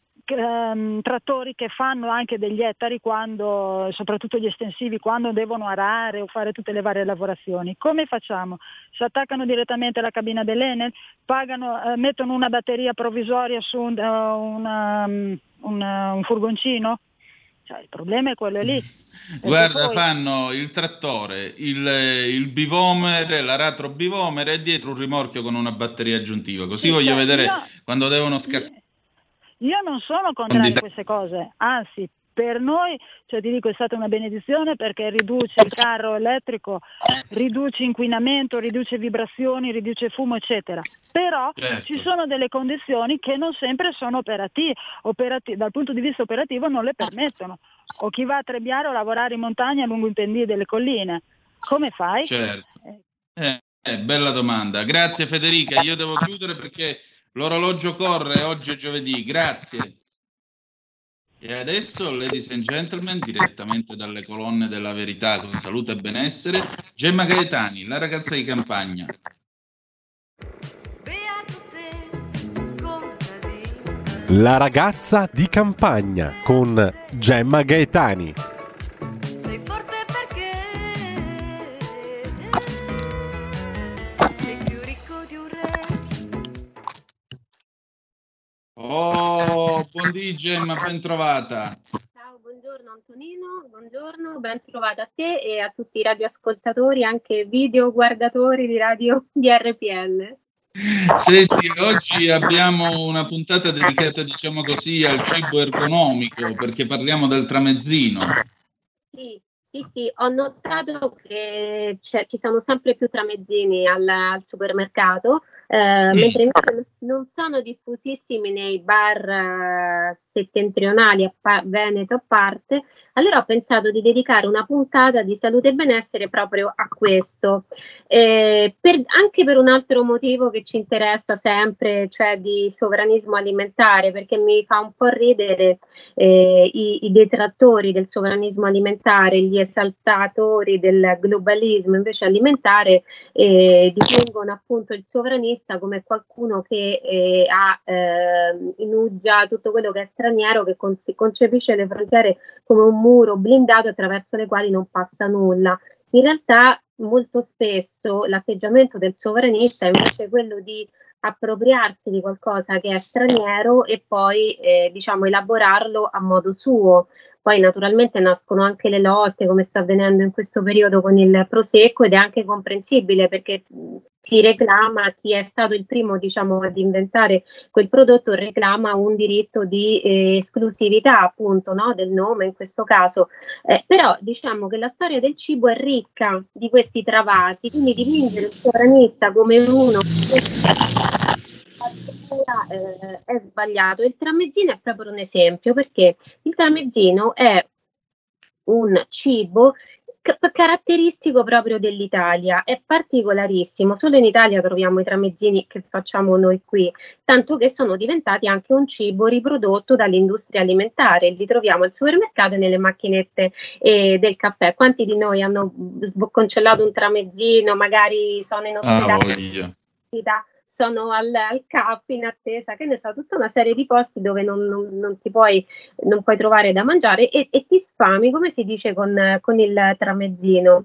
Um, trattori che fanno anche degli ettari, quando, soprattutto gli estensivi, quando devono arare o fare tutte le varie lavorazioni. Come facciamo? Si attaccano direttamente alla cabina dell'Enel, pagano, uh, mettono una batteria provvisoria su un, uh, una, um, un, uh, un furgoncino? Cioè, il problema è quello lì.
Guarda,
poi...
fanno il trattore, il, il bivomer, l'aratro bivomer e dietro un rimorchio con una batteria aggiuntiva. Così sì, voglio vedere io... quando devono scassare.
Io non sono contraria a queste cose, anzi per noi, cioè ti dico, è stata una benedizione perché riduce il carro elettrico, riduce inquinamento, riduce vibrazioni, riduce fumo eccetera, però certo. ci sono delle condizioni che non sempre sono operative, operati- dal punto di vista operativo non le permettono, o chi va a trebbiare o lavorare in montagna lungo i pendii delle colline, come fai?
Certo, eh, eh, bella domanda, grazie Federica, io devo chiudere perché l'orologio corre, oggi è giovedì, grazie. E adesso, ladies and gentlemen, direttamente dalle colonne della verità con salute e benessere, Gemma Gaetani, la ragazza di campagna.
La ragazza di campagna con Gemma Gaetani.
Oh, buondì Gemma, ben trovata.
Ciao, buongiorno. buongiorno Antonino, buongiorno, ben trovato a te e a tutti i radioascoltatori, anche video guardatori di radio di R P L.
Senti, oggi abbiamo una puntata dedicata, diciamo così, al cibo ergonomico, perché parliamo del tramezzino.
Sì, sì, sì, ho notato che ci sono sempre più tramezzini al, al supermercato, eh, mm. mentre invece non sono diffusissimi nei bar uh, settentrionali, a pa- Veneto a parte. Allora ho pensato di dedicare una puntata di salute e benessere proprio a questo, eh, per, anche per un altro motivo che ci interessa sempre, cioè di sovranismo alimentare, perché mi fa un po' ridere eh, i, i detrattori del sovranismo alimentare, gli esaltatori del globalismo invece alimentare, eh, dipingono appunto il sovranista come qualcuno che eh, ha eh, inuggia tutto quello che è straniero, che con- concepisce le frontiere come un muro blindato attraverso le quali non passa nulla. In realtà molto spesso l'atteggiamento del sovranista è invece quello di appropriarsi di qualcosa che è straniero e poi eh, diciamo elaborarlo a modo suo. Poi naturalmente nascono anche le lotte, come sta avvenendo in questo periodo con il prosecco, ed è anche comprensibile perché si reclama, chi è stato il primo diciamo ad inventare quel prodotto reclama un diritto di eh, esclusività appunto, no, del nome in questo caso, eh, però diciamo che la storia del cibo è ricca di questi travasi, quindi dipingere il sovranista come uno eh, è sbagliato. Il tramezzino è proprio un esempio, perché il tramezzino è un cibo ca- caratteristico proprio dell'Italia, è particolarissimo, solo in Italia troviamo i tramezzini che facciamo noi qui, tanto che sono diventati anche un cibo riprodotto dall'industria alimentare, li troviamo al supermercato e nelle macchinette eh, del caffè. Quanti di noi hanno sbocconcellato un tramezzino, magari sono in ospedale,
ah,
sono al, al caffè in attesa, che ne so, tutta una serie di posti dove non, non, non ti puoi, non puoi trovare da mangiare e, e ti sfami, come si dice con, con il tramezzino.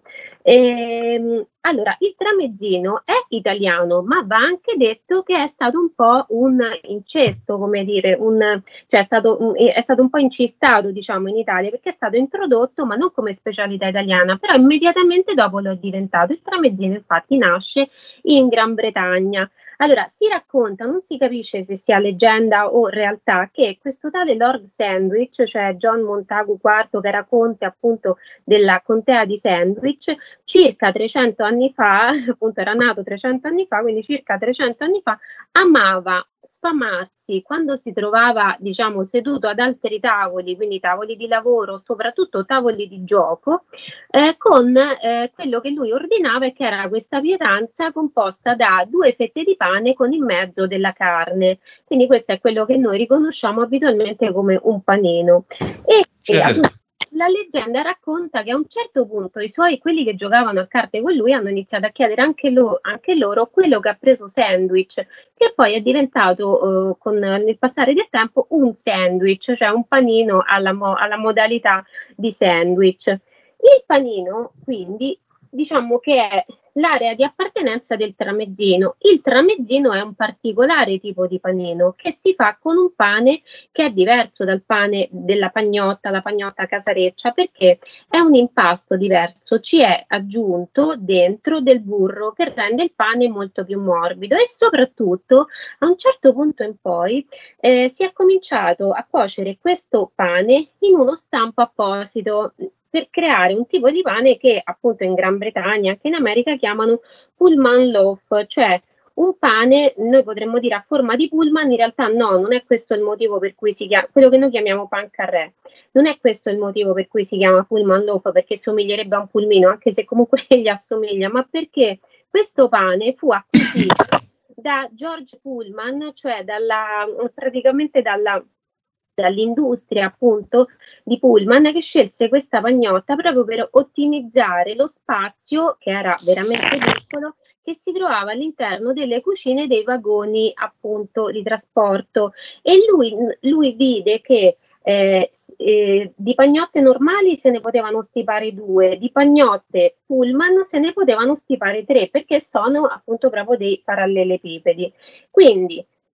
E, allora, il tramezzino è italiano, ma va anche detto che è stato un po' un incesto, come dire, un, cioè è stato, un, è stato un po' incistato, diciamo, in Italia, perché è stato introdotto, ma non come specialità italiana, però immediatamente dopo lo è diventato. Il tramezzino infatti nasce in Gran Bretagna. Allora, si racconta, non si capisce se sia leggenda o realtà, che questo tale Lord Sandwich, cioè John Montagu quarto, che era conte appunto della contea di Sandwich, circa trecento anni fa, appunto era nato trecento anni fa, quindi circa trecento anni fa, amava sfamarsi quando si trovava, diciamo, seduto ad altri tavoli, quindi tavoli di lavoro, soprattutto tavoli di gioco, eh, con eh, quello che lui ordinava, e che era questa pietanza composta da due fette di pane con in mezzo della carne. Quindi questo è quello che noi riconosciamo abitualmente come un panino. E, certo. e la leggenda racconta che a un certo punto i suoi, quelli che giocavano a carte con lui, hanno iniziato a chiedere anche, lo, anche loro quello che ha preso Sandwich, che poi è diventato uh, con nel passare del tempo un sandwich, cioè un panino alla, mo- alla modalità di sandwich. Il panino quindi diciamo che è l'area di appartenenza del tramezzino. Il tramezzino è un particolare tipo di panino che si fa con un pane che è diverso dal pane della pagnotta, la pagnotta casareccia, perché è un impasto diverso, ci è aggiunto dentro del burro che rende il pane molto più morbido, e soprattutto a un certo punto in poi eh, si è cominciato a cuocere questo pane in uno stampo apposito per creare un tipo di pane che appunto in Gran Bretagna, anche in America, chiamano pullman loaf, cioè un pane, noi potremmo dire a forma di pullman, in realtà no, non è questo il motivo per cui si chiama, quello che noi chiamiamo pan carré, non è questo il motivo per cui si chiama pullman loaf, perché somiglierebbe a un pulmino, anche se comunque gli assomiglia, ma perché questo pane fu acquisito da George Pullman, cioè dalla, praticamente dalla dall'industria appunto di Pullman, che scelse questa pagnotta proprio per ottimizzare lo spazio, che era veramente piccolo, che si trovava all'interno delle cucine dei vagoni appunto di trasporto. E lui, lui vide che eh, eh, di pagnotte normali se ne potevano stipare due, di pagnotte Pullman se ne potevano stipare tre, perché sono appunto proprio dei parallelepipedi. Quindi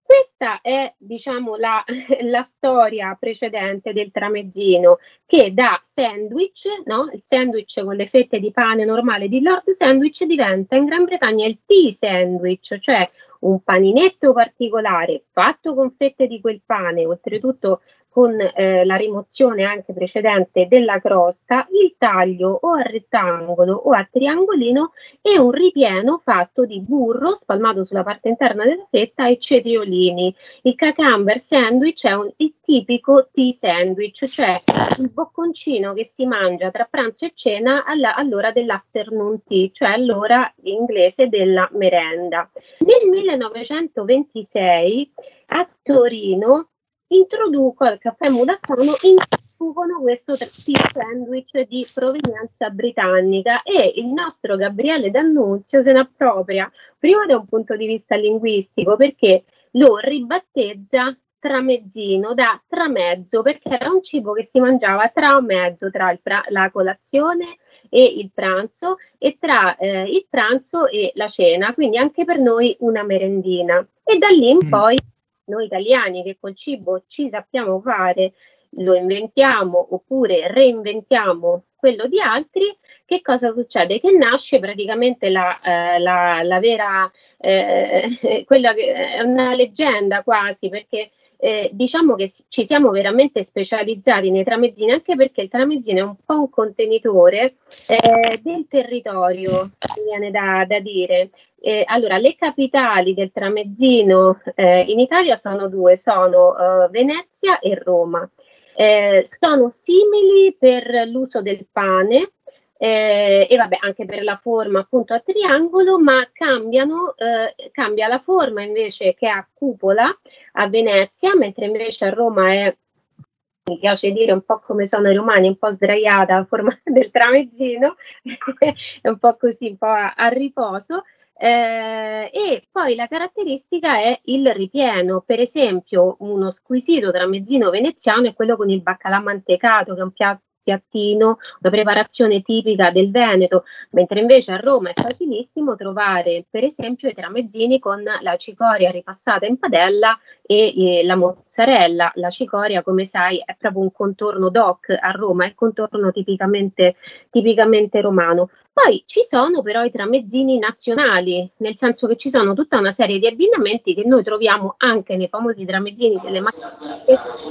Questa è, diciamo, la, la storia precedente del tramezzino, che da sandwich, no? Il sandwich con le fette di pane normale di Lord Sandwich diventa in Gran Bretagna il tea sandwich, cioè un paninetto particolare fatto con fette di quel pane, oltretutto con eh, la rimozione anche precedente della crosta, il taglio o a rettangolo o a triangolino e un ripieno fatto di burro spalmato sulla parte interna della fetta e cetriolini. Il cucumber sandwich è un, il tipico tea sandwich, cioè il bocconcino che si mangia tra pranzo e cena alla, all'ora dell'afternoon tea, cioè all'ora inglese della merenda. Nel millenovecentoventisei a Torino introduco al caffè Mulassano introducono questo tea sandwich di provenienza britannica e il nostro Gabriele D'Annunzio se ne appropria prima da un punto di vista linguistico, perché lo ribattezza tramezzino da tramezzo, perché era un cibo che si mangiava tra mezzo tra il pra- la colazione e il pranzo e tra eh, il pranzo e la cena, quindi anche per noi una merendina. E da lì in mm. poi noi italiani che col cibo ci sappiamo fare, lo inventiamo oppure reinventiamo quello di altri, che cosa succede? Che nasce praticamente la, eh, la, la vera, eh, quella che è una leggenda quasi, perché eh, diciamo che ci siamo veramente specializzati nei tramezzini, anche perché il tramezzino è un po' un contenitore eh, del territorio, viene da, da dire. Eh, allora, le capitali del tramezzino eh, in Italia sono due, sono eh, Venezia e Roma. Eh, sono simili per l'uso del pane eh, e vabbè anche per la forma appunto a triangolo, ma cambiano, eh, cambia la forma invece che a cupola a Venezia, mentre invece a Roma è, mi piace dire un po' come sono i romani, un po' sdraiata la forma del tramezzino, è un po' così, un po' a, a riposo. Eh, e poi la caratteristica è il ripieno. Per esempio uno squisito tramezzino veneziano è quello con il baccalà mantecato, che è un piatto piattino, una preparazione tipica del Veneto, mentre invece a Roma è facilissimo trovare per esempio i tramezzini con la cicoria ripassata in padella e, e la mozzarella. La cicoria, come sai, è proprio un contorno doc a Roma, è il contorno tipicamente, tipicamente romano. Poi ci sono però i tramezzini nazionali, nel senso che ci sono tutta una serie di abbinamenti che noi troviamo anche nei famosi tramezzini delle macchine,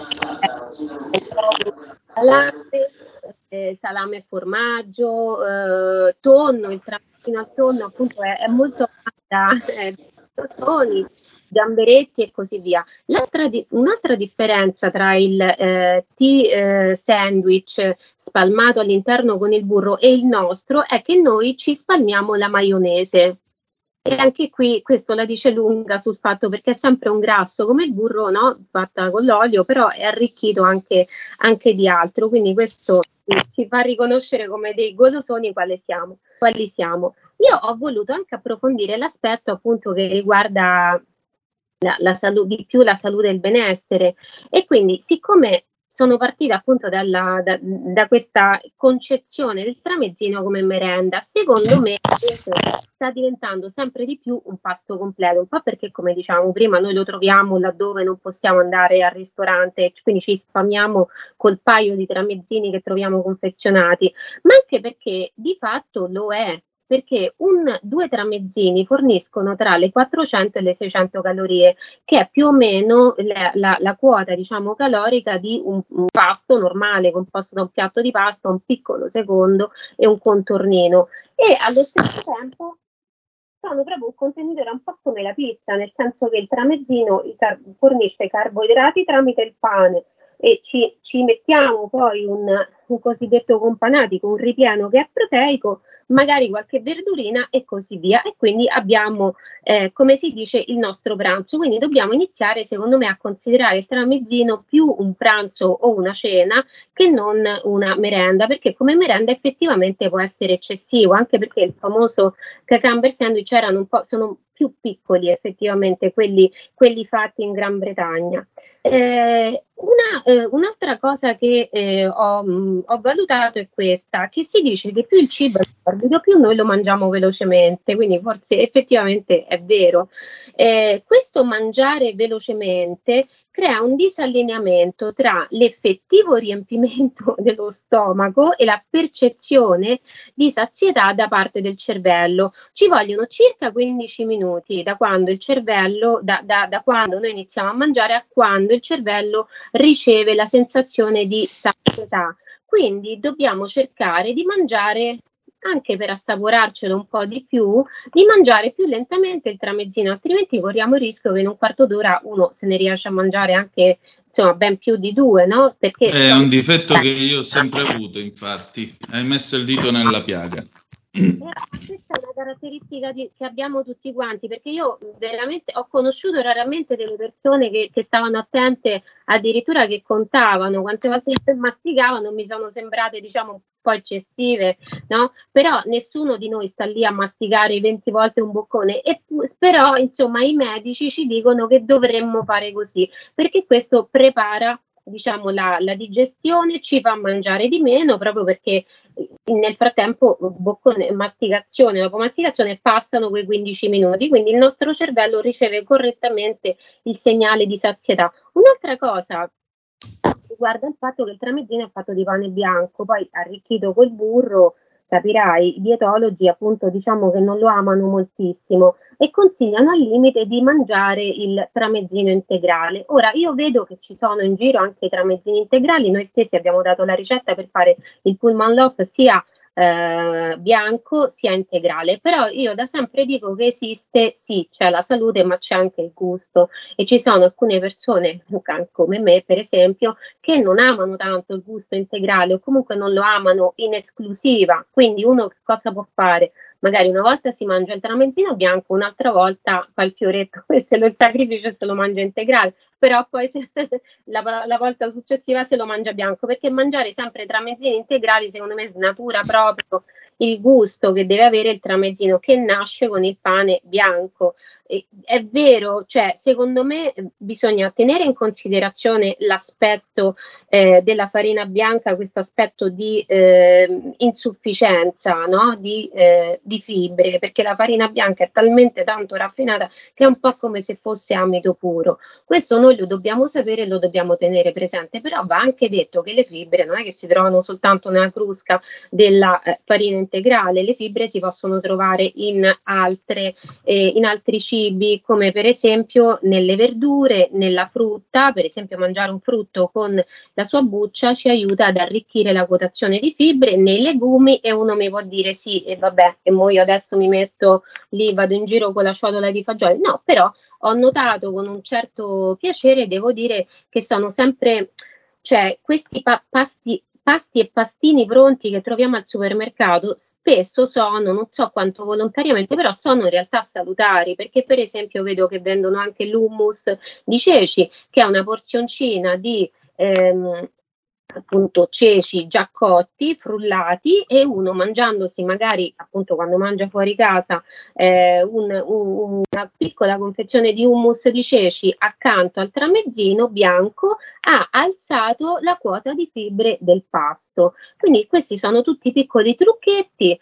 salame, eh, salame e formaggio, eh, tonno, il tramezzino al tonno appunto è, è molto da eh, soni, gamberetti e così via. L'altra di- un'altra differenza tra il eh, tea eh, sandwich spalmato all'interno con il burro e il nostro è che noi ci spalmiamo la maionese. E anche qui questo la dice lunga sul fatto, perché è sempre un grasso come il burro, no? Fatta con l'olio, però è arricchito anche, anche di altro, quindi questo ci fa riconoscere come dei golosoni quali siamo, quali siamo. Io ho voluto anche approfondire l'aspetto appunto che riguarda la, la salu- di più la salute e il benessere, e quindi siccome sono partita appunto dalla, da, da questa concezione del tramezzino come merenda, secondo me sta diventando sempre di più un pasto completo, un po' perché, come diciamo prima, noi lo troviamo laddove non possiamo andare al ristorante, quindi ci sfamiamo col paio di tramezzini che troviamo confezionati, ma anche perché di fatto lo è, perché un, due tramezzini forniscono tra le quattrocento e le seicento calorie, che è più o meno la, la, la quota, diciamo, calorica di un, un pasto normale composto da un piatto di pasta, un piccolo secondo e un contornino, e allo stesso tempo sono proprio un contenitore un po' come la pizza, nel senso che il tramezzino il car- fornisce carboidrati tramite il pane, e ci, ci mettiamo poi un, un cosiddetto companatico, un ripieno che è proteico, magari qualche verdurina e così via, e quindi abbiamo, eh, come si dice, il nostro pranzo. Quindi dobbiamo iniziare, secondo me, a considerare il tramezzino più un pranzo o una cena che non una merenda, perché come merenda effettivamente può essere eccessivo, anche perché il famoso cucumber sandwich erano un po', sono più piccoli effettivamente quelli, quelli fatti in Gran Bretagna. Eh, una Una, eh, un'altra cosa che eh, ho, mh, ho valutato è questa, che si dice che più il cibo è morbido, più noi lo mangiamo velocemente, quindi forse effettivamente è vero. Eh, questo mangiare velocemente crea un disallineamento tra l'effettivo riempimento dello stomaco e la percezione di sazietà da parte del cervello. Ci vogliono circa quindici minuti da quando il cervello, da, da, da quando noi iniziamo a mangiare a quando il cervello riceve la sensazione di sazietà. Quindi dobbiamo cercare di mangiare, anche per assaporarcelo un po' di più, di mangiare più lentamente il tramezzino, altrimenti corriamo il rischio che in un quarto d'ora uno se ne riesce a mangiare anche, insomma, ben più di due, no? Perché
è un difetto che io ho sempre avuto, infatti. Hai messo il dito nella piaga.
Eh, questa è una caratteristica di, che abbiamo tutti quanti, perché io veramente ho conosciuto raramente delle persone che, che stavano attente, addirittura che contavano quante volte masticavano, mi sono sembrate, diciamo, un po' eccessive, no? Però nessuno di noi sta lì a masticare venti volte un boccone, e però insomma i medici ci dicono che dovremmo fare così, perché questo prepara, diciamo, la, la digestione, ci fa mangiare di meno, proprio perché nel frattempo boccone, masticazione dopo masticazione passano quei quindici minuti, quindi il nostro cervello riceve correttamente il segnale di sazietà. Un'altra cosa riguarda il fatto che il tramezzino è fatto di pane bianco, poi arricchito col burro. Capirai, i dietologi appunto diciamo che non lo amano moltissimo e consigliano al limite di mangiare il tramezzino integrale. Ora, io vedo che ci sono in giro anche i tramezzini integrali, noi stessi abbiamo dato la ricetta per fare il pullman loaf sia eh, bianco sia integrale, però io da sempre dico che esiste, sì, c'è la salute ma c'è anche il gusto, e ci sono alcune persone come me per esempio che non amano tanto il gusto integrale o comunque non lo amano in esclusiva, quindi uno che cosa può fare? Magari una volta si mangia il tramezzino bianco, un'altra volta fa il fioretto e se lo il sacrificio se lo mangia integrale, però poi se, la, la volta successiva se lo mangia bianco, perché mangiare sempre tramezzini integrali secondo me snatura proprio il gusto che deve avere il tramezzino che nasce con il pane bianco. E, è vero, cioè secondo me bisogna tenere in considerazione l'aspetto eh, della farina bianca, questo aspetto di eh, insufficienza, no? di, eh, di fibre, perché la farina bianca è talmente tanto raffinata che è un po' come se fosse amido puro. Questo noi lo dobbiamo sapere e lo dobbiamo tenere presente, però va anche detto che le fibre non è che si trovano soltanto nella crusca della eh, farina integrale, le fibre si possono trovare in altre eh, in altri cibi, come per esempio nelle verdure, nella frutta. Per esempio mangiare un frutto con la sua buccia ci aiuta ad arricchire la quotazione di fibre, nei legumi, e uno mi può dire sì, e vabbè, e mo io adesso mi metto lì, vado in giro con la ciotola di fagioli. No, però ho notato con un certo piacere, devo dire, che sono sempre, cioè questi pa- pasti pasti e pastini pronti che troviamo al supermercato spesso sono, non so quanto volontariamente, però sono in realtà salutari, perché per esempio vedo che vendono anche l'hummus di ceci, che è una porzioncina di ehm, appunto ceci già cotti, frullati, e uno mangiandosi magari appunto quando mangia fuori casa eh, un, un, una piccola confezione di hummus di ceci accanto al tramezzino bianco ha alzato la quota di fibre del pasto. Quindi questi sono tutti piccoli trucchetti.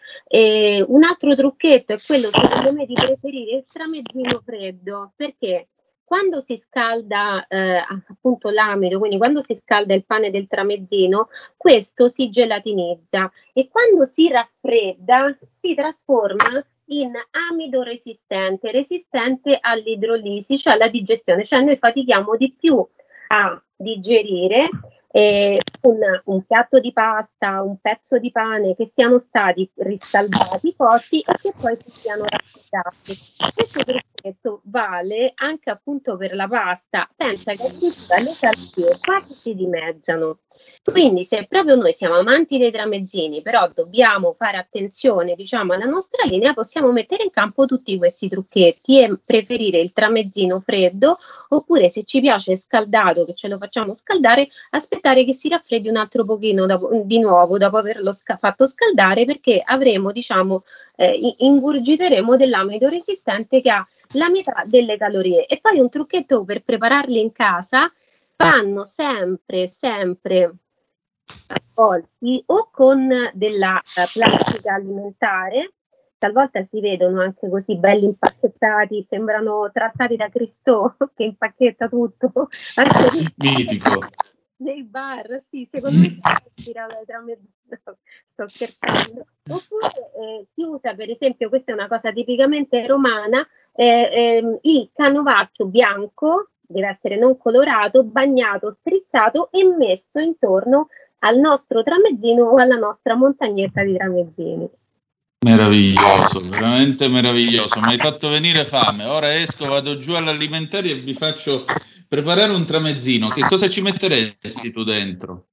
E un altro trucchetto è quello secondo me di preferire il tramezzino freddo, perché quando si scalda eh, appunto l'amido, quindi quando si scalda il pane del tramezzino, questo si gelatinizza e quando si raffredda si trasforma in amido resistente, resistente all'idrolisi, cioè alla digestione, cioè noi fatichiamo di più a digerire eh, un, un piatto di pasta, un pezzo di pane che siano stati riscaldati, cotti e che poi si siano raffreddati. Questo trucchetto vale anche appunto per la pasta. Pensa che addirittura le calorie quasi si dimezzano. Quindi se proprio noi siamo amanti dei tramezzini, però dobbiamo fare attenzione, diciamo, alla nostra linea, possiamo mettere in campo tutti questi trucchetti e preferire il tramezzino freddo, oppure se ci piace scaldato, che ce lo facciamo scaldare, aspettare che si raffreddi un altro pochino dopo, di nuovo dopo averlo sca- fatto scaldare, perché avremo, diciamo, eh, ingurgiteremo dell'amido resistente che ha la metà delle calorie. E poi un trucchetto per prepararli in casa: vanno sempre, sempre raccolti o con della uh, plastica alimentare. Talvolta si vedono anche così belli impacchettati, sembrano trattati da Cristo che impacchetta tutto.
Mitico.
Nei bar, sì, secondo me si ispirava ai tramezzini, sto scherzando. Oppure eh, si usa, per esempio, questa è una cosa tipicamente romana, eh, eh, il canovaccio bianco, deve essere non colorato, bagnato, strizzato e messo intorno al nostro tramezzino o alla nostra montagnetta di tramezzini.
Meraviglioso, veramente meraviglioso. Mi hai fatto venire fame. Ora esco, vado giù all'alimentare e vi faccio preparare un tramezzino. Che cosa ci metteresti tu dentro?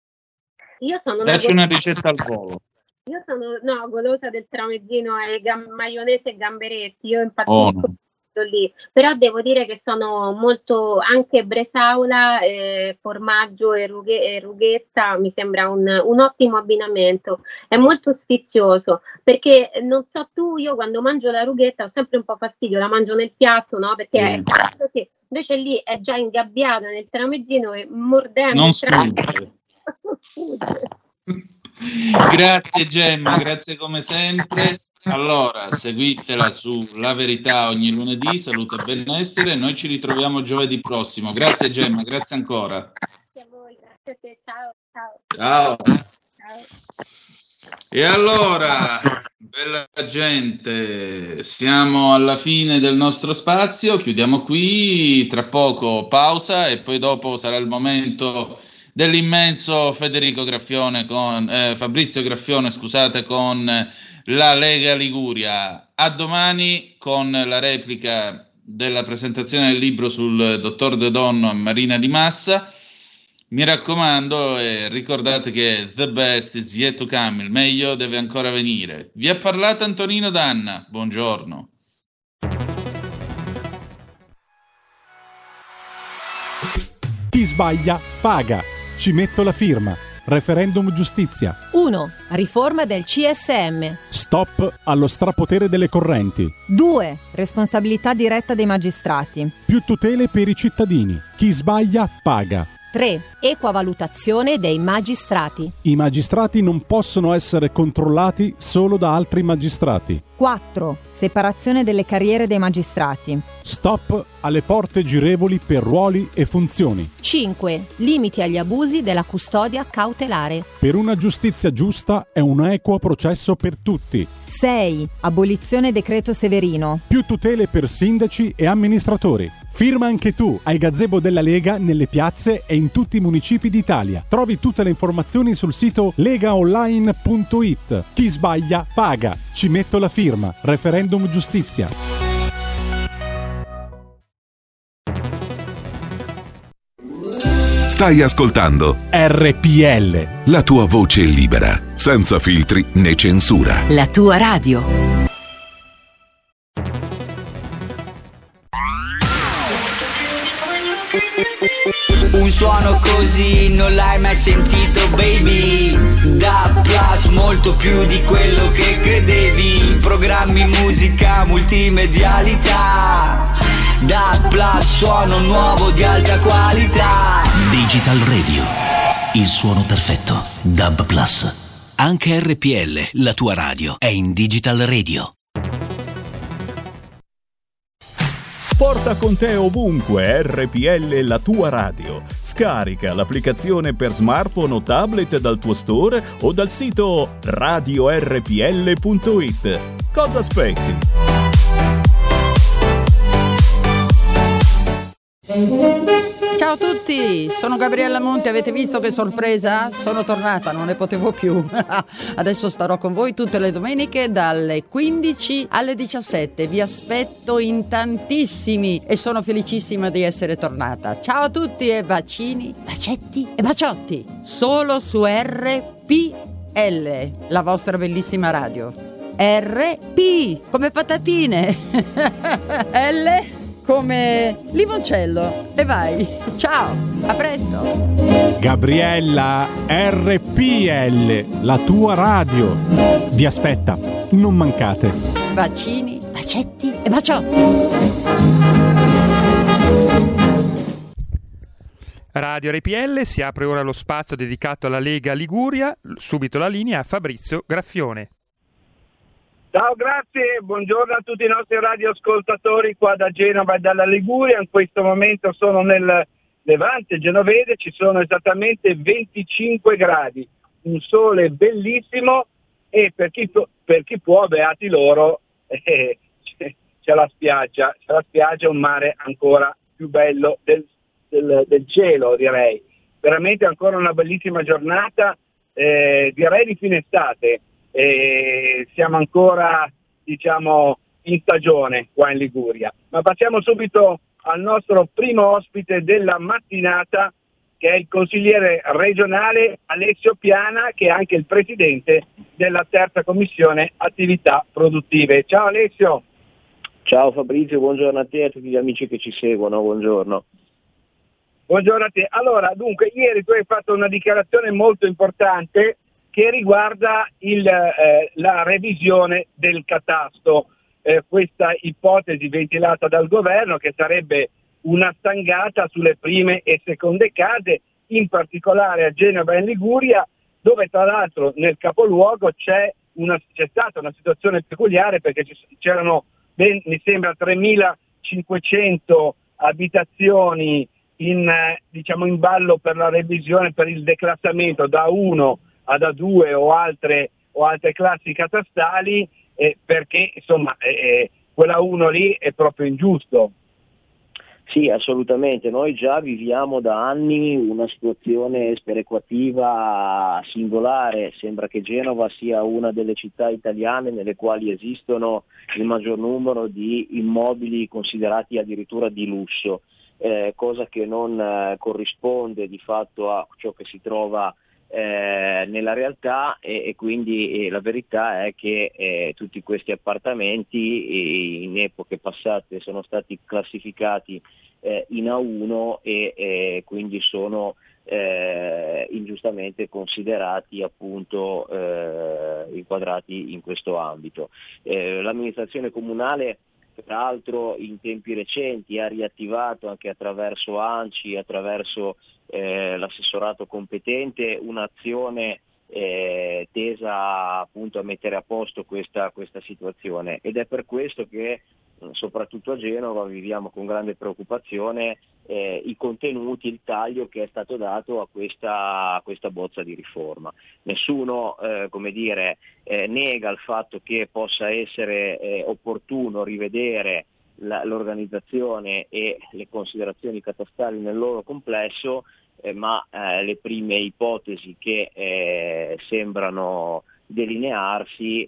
Io sono
Dacci
una,
una ricetta al volo.
Io sono no, golosa del tramezzino e gam- maionese e gamberetti. Io impazzisco
Oh, no.
lì, però devo dire che sono molto anche bresaola, eh, formaggio e, rughe, e rughetta mi sembra un, un ottimo abbinamento. È molto sfizioso perché non so tu, io quando mangio la rughetta ho sempre un po' fastidio, la mangio nel piatto, no? Perché
Sì.
è perché invece lì è già ingabbiata nel tramezzino e mordendo
Non
il tramezzino
sfugge.
non sfugge.
Grazie Gemma, grazie come sempre. Allora, seguitela su La Verità ogni lunedì, salute e benessere. Noi ci ritroviamo giovedì prossimo. Grazie Gemma, grazie ancora.
Grazie a voi, grazie a te, ciao, ciao.
Ciao.
Ciao.
E allora, bella gente, siamo alla fine del nostro spazio, chiudiamo qui, tra poco pausa e poi dopo sarà il momento dell'immenso Federico Graffione con eh, Fabrizio Graffione, scusate, con la Lega Liguria. A domani con la replica della presentazione del libro sul dottor De Donno e Marina Di Massa. Mi raccomando e ricordate che the best is yet to come, il meglio deve ancora venire. Vi ha parlato Antonino Danna, buongiorno.
Chi sbaglia paga. Ci metto la firma. Referendum giustizia.
uno. Riforma del C S M.
Stop allo strapotere delle correnti.
due. Responsabilità diretta dei magistrati.
Più tutele per i cittadini. Chi sbaglia paga.
tre. Equa valutazione dei magistrati.
I magistrati non possono essere controllati solo da altri magistrati.
quattro. Separazione delle carriere dei magistrati.
Stop alle porte girevoli per ruoli e funzioni.
cinque. Limiti agli abusi della custodia cautelare.
Per una giustizia giusta è un equo processo per tutti.
sei. Abolizione decreto Severino.
Più tutele per sindaci e amministratori. Firma anche tu ai gazebo della Lega nelle piazze e in tutti i municipi d'Italia. Trovi tutte le informazioni sul sito legaonline punto it. Chi sbaglia paga. Ci metto la firma. Referendum giustizia.
Stai ascoltando
R P L.
la tua voce libera, senza filtri né censura.
La tua radio.
Un suono così non l'hai mai sentito, baby. Da Plus, molto più di quello che credevi. Programmi, musica, multimedialità. Da Plus, suono nuovo di alta qualità.
Digital Radio, il suono perfetto. Dub Plus. Anche R P L, la tua radio, è in Digital Radio.
Porta con te ovunque R P L, la tua radio. Scarica l'applicazione per smartphone o tablet dal tuo store o dal sito radio erre pi elle punto it. Cosa aspetti?
Ciao a tutti, sono Gabriella Monti, avete visto che sorpresa? Sono tornata, non ne potevo più. Adesso starò con voi tutte le domeniche dalle quindici alle diciassette. Vi aspetto in tantissimi e sono felicissima di essere tornata. Ciao a tutti e bacini, bacetti e baciotti. Solo su R P L, la vostra bellissima radio. R P come patatine. L come limoncello. E vai, ciao, a presto.
Gabriella, R P L, la tua radio. Vi aspetta, non mancate.
Bacini, bacetti e baciotti.
Radio R P L, si apre ora lo spazio dedicato alla Lega Liguria, subito la linea a Fabrizio Graffione.
Ciao, grazie, buongiorno a tutti i nostri radioascoltatori qua da Genova e dalla Liguria. In questo momento sono nel Levante genovese, ci sono esattamente venticinque gradi, un sole bellissimo e per chi, per chi può, beati loro, eh, c'è, c'è la spiaggia, c'è la spiaggia, un mare ancora più bello del, del, del cielo, direi. Veramente ancora una bellissima giornata, eh, direi di fine estate. Eh, siamo ancora, diciamo, in stagione qua in Liguria. Ma passiamo subito al nostro primo ospite della mattinata, che è il consigliere regionale Alessio Piana, che è anche il presidente della terza commissione attività produttive. Ciao Alessio.
Ciao Fabrizio, buongiorno a te e a tutti gli amici che ci seguono, buongiorno.
Buongiorno a te. Allora, dunque, ieri tu hai fatto una dichiarazione molto importante che riguarda il, eh, la revisione del catasto, eh, questa ipotesi ventilata dal governo che sarebbe una stangata sulle prime e seconde case, in particolare a Genova e in Liguria, dove tra l'altro nel capoluogo c'è, una, c'è stata una situazione peculiare perché c'erano, ben, mi sembra, tremilacinquecento abitazioni in, eh, diciamo in ballo per la revisione, per il declassamento da uno ad A due o altre, o altre classi catastali, eh, perché insomma eh, quella uno lì è proprio ingiusto.
Sì, assolutamente. Noi già viviamo da anni una situazione sperequativa singolare. Sembra che Genova sia una delle città italiane nelle quali esistono il maggior numero di immobili considerati addirittura di lusso, eh, cosa che non eh, corrisponde di fatto a ciò che si trova Eh, nella realtà e, e quindi eh, la verità è che eh, tutti questi appartamenti eh, in epoche passate sono stati classificati eh, in A uno e eh, quindi sono eh, ingiustamente considerati appunto eh, inquadrati in questo ambito. Eh, l'amministrazione comunale peraltro in tempi recenti ha riattivato anche attraverso ANCI, attraverso eh, l'assessorato competente, un'azione eh, tesa appunto a mettere a posto questa, questa situazione, ed è per questo che soprattutto a Genova viviamo con grande preoccupazione eh, i contenuti, il taglio che è stato dato a questa, a questa bozza di riforma. Nessuno eh, come dire, eh, nega il fatto che possa essere eh, opportuno rivedere la, l'organizzazione e le considerazioni catastali nel loro complesso, eh, ma eh, le prime ipotesi che eh, sembrano delinearsi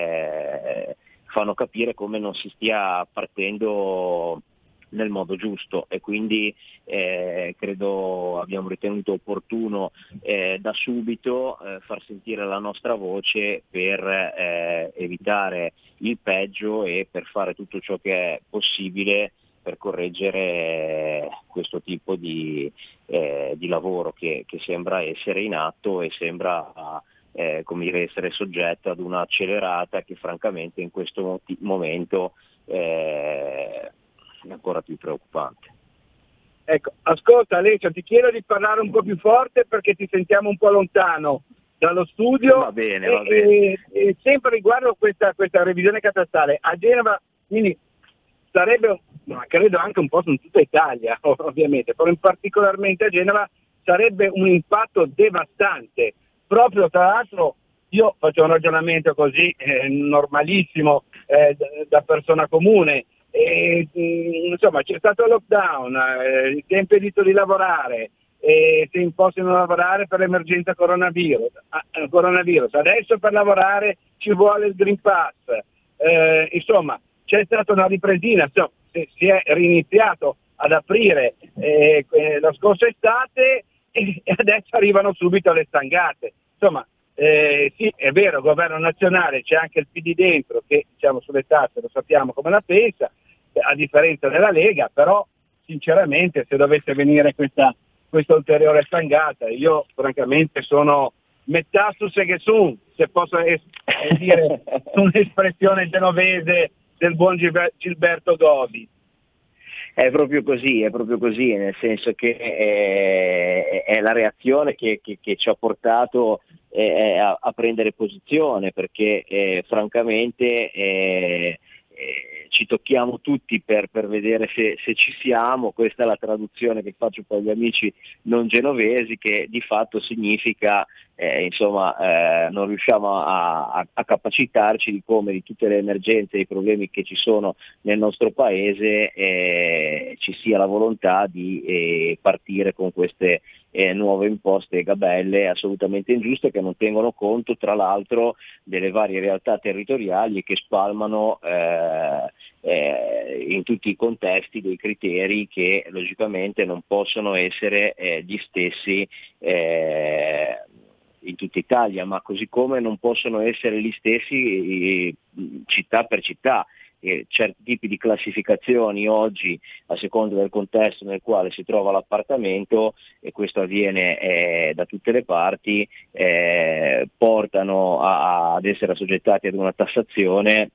eh, fanno capire come non si stia partendo nel modo giusto, e quindi eh, credo abbiamo ritenuto opportuno eh, da subito eh, far sentire la nostra voce per eh, evitare il peggio e per fare tutto ciò che è possibile per correggere eh, questo tipo di, eh, di lavoro che, che sembra essere in atto e sembra Eh, come dire, essere soggetto ad una accelerata che francamente in questo momento eh, è ancora più preoccupante.
Ecco, ascolta Alessio, ti chiedo di parlare un po' più forte perché ti sentiamo un po' lontano dallo studio.
Va bene,
e,
va bene.
E, e sempre riguardo questa, questa revisione catastale a Genova, quindi sarebbe, ma credo anche un po' in tutta Italia ovviamente, però in particolarmente a Genova sarebbe un impatto devastante. Proprio tra l'altro io faccio un ragionamento così eh, normalissimo eh, da persona comune, e, mh, insomma c'è stato il lockdown, eh, si è impedito di lavorare, eh, si impossono lavorare per l'emergenza coronavirus, ah, coronavirus, adesso per lavorare ci vuole il Green Pass, eh, insomma c'è stata una ripresina, insomma, si, si è riniziato ad aprire eh, la scorsa estate e adesso arrivano subito le stangate. Insomma, eh, sì, è vero, governo nazionale, c'è anche il P D dentro che, diciamo, sulle tasse lo sappiamo come la pensa, a differenza della Lega, però sinceramente se dovesse venire questa, questa ulteriore stangata, io francamente sono metà su Seghesun, se posso es- dire un'espressione genovese del buon Gilberto Godi.
È proprio così, è proprio così, nel senso che è, è la reazione che, che, che ci ha portato eh, a, a prendere posizione, perché eh, francamente eh, eh, ci tocchiamo tutti per, per vedere se, se ci siamo. Questa è la traduzione che faccio per gli amici non genovesi, che di fatto significa eh, insomma eh, non riusciamo a, a, a capacitarci di come di tutte le emergenze e i problemi che ci sono nel nostro paese eh, ci sia la volontà di eh, partire con queste eh, nuove imposte e gabelle assolutamente ingiuste, che non tengono conto tra l'altro delle varie realtà territoriali che spalmano eh, eh, in tutti i contesti dei criteri che logicamente non possono essere eh, gli stessi eh, in tutta Italia, ma così come non possono essere gli stessi eh, città per città. E certi tipi di classificazioni oggi, a seconda del contesto nel quale si trova l'appartamento, e questo avviene eh, da tutte le parti, eh, portano a, ad essere assoggettati ad una tassazione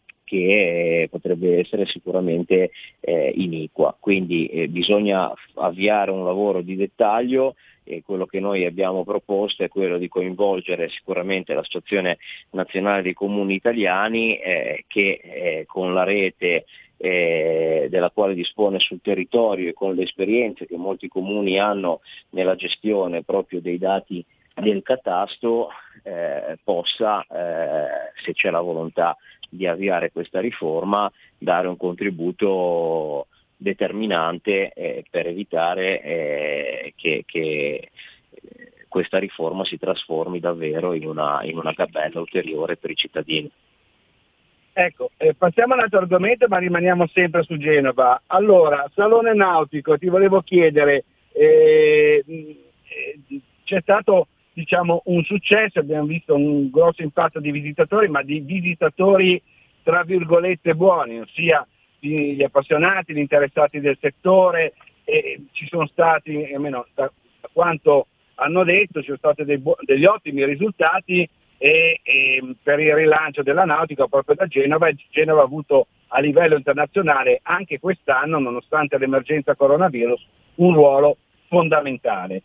che potrebbe essere sicuramente eh, iniqua. Quindi eh, bisogna avviare un lavoro di dettaglio, e quello che noi abbiamo proposto è quello di coinvolgere sicuramente l'Associazione Nazionale dei Comuni Italiani eh, che eh, con la rete eh, della quale dispone sul territorio e con le esperienze che molti comuni hanno nella gestione proprio dei dati del catasto eh, possa, eh, se c'è la volontà di avviare questa riforma, dare un contributo determinante eh, per evitare eh, che, che questa riforma si trasformi davvero in una, in una gabella ulteriore per i cittadini.
Ecco, eh, passiamo all'altro argomento, ma rimaniamo sempre su Genova. Allora, Salone Nautico, ti volevo chiedere, eh, eh, c'è stato diciamo un successo, abbiamo visto un grosso impatto di visitatori, ma di visitatori tra virgolette buoni, ossia gli appassionati, gli interessati del settore, e ci sono stati, almeno da, da quanto hanno detto, ci sono stati dei bu- degli ottimi risultati e, e per il rilancio della nautica proprio da Genova, e Genova ha avuto a livello internazionale anche quest'anno, nonostante l'emergenza coronavirus, un ruolo fondamentale.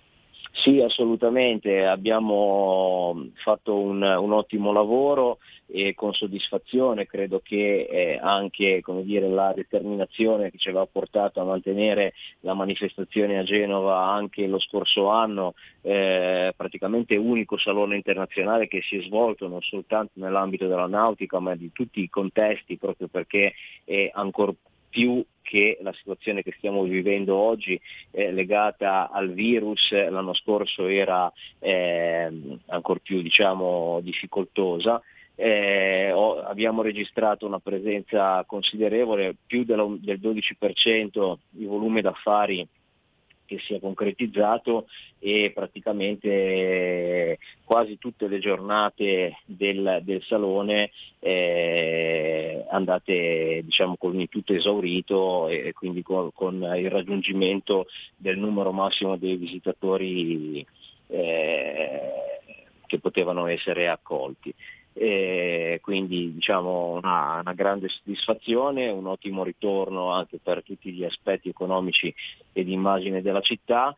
Sì, assolutamente, abbiamo fatto un, un ottimo lavoro e con soddisfazione credo che eh, anche come dire, la determinazione che ci aveva portato a mantenere la manifestazione a Genova anche lo scorso anno, eh, praticamente unico salone internazionale che si è svolto non soltanto nell'ambito della nautica ma di tutti i contesti, proprio perché è ancora più che la situazione che stiamo vivendo oggi eh, legata al virus l'anno scorso era eh, ancor più diciamo difficoltosa. Eh, ho, abbiamo registrato una presenza considerevole, più dello, del dodici per cento di volume d'affari che si è concretizzato, e praticamente eh, quasi tutte le giornate del, del salone eh, andate diciamo con il tutto esaurito, e quindi con, con il raggiungimento del numero massimo dei visitatori eh, che potevano essere accolti. E quindi diciamo una, una grande soddisfazione, un ottimo ritorno anche per tutti gli aspetti economici e di immagine della città,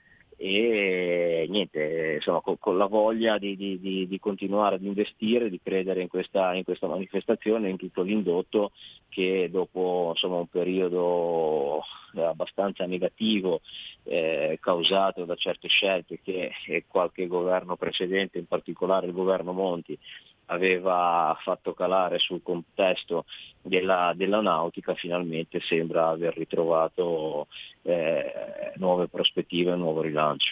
e niente, insomma con, con la voglia di, di, di, di continuare ad investire, di credere in questa, in questa manifestazione, in tutto l'indotto che dopo insomma un periodo abbastanza negativo eh, causato da certe scelte che eh, qualche governo precedente, in particolare il governo Monti, aveva fatto calare sul contesto della, della nautica, finalmente sembra aver ritrovato eh, nuove prospettive e un nuovo rilancio.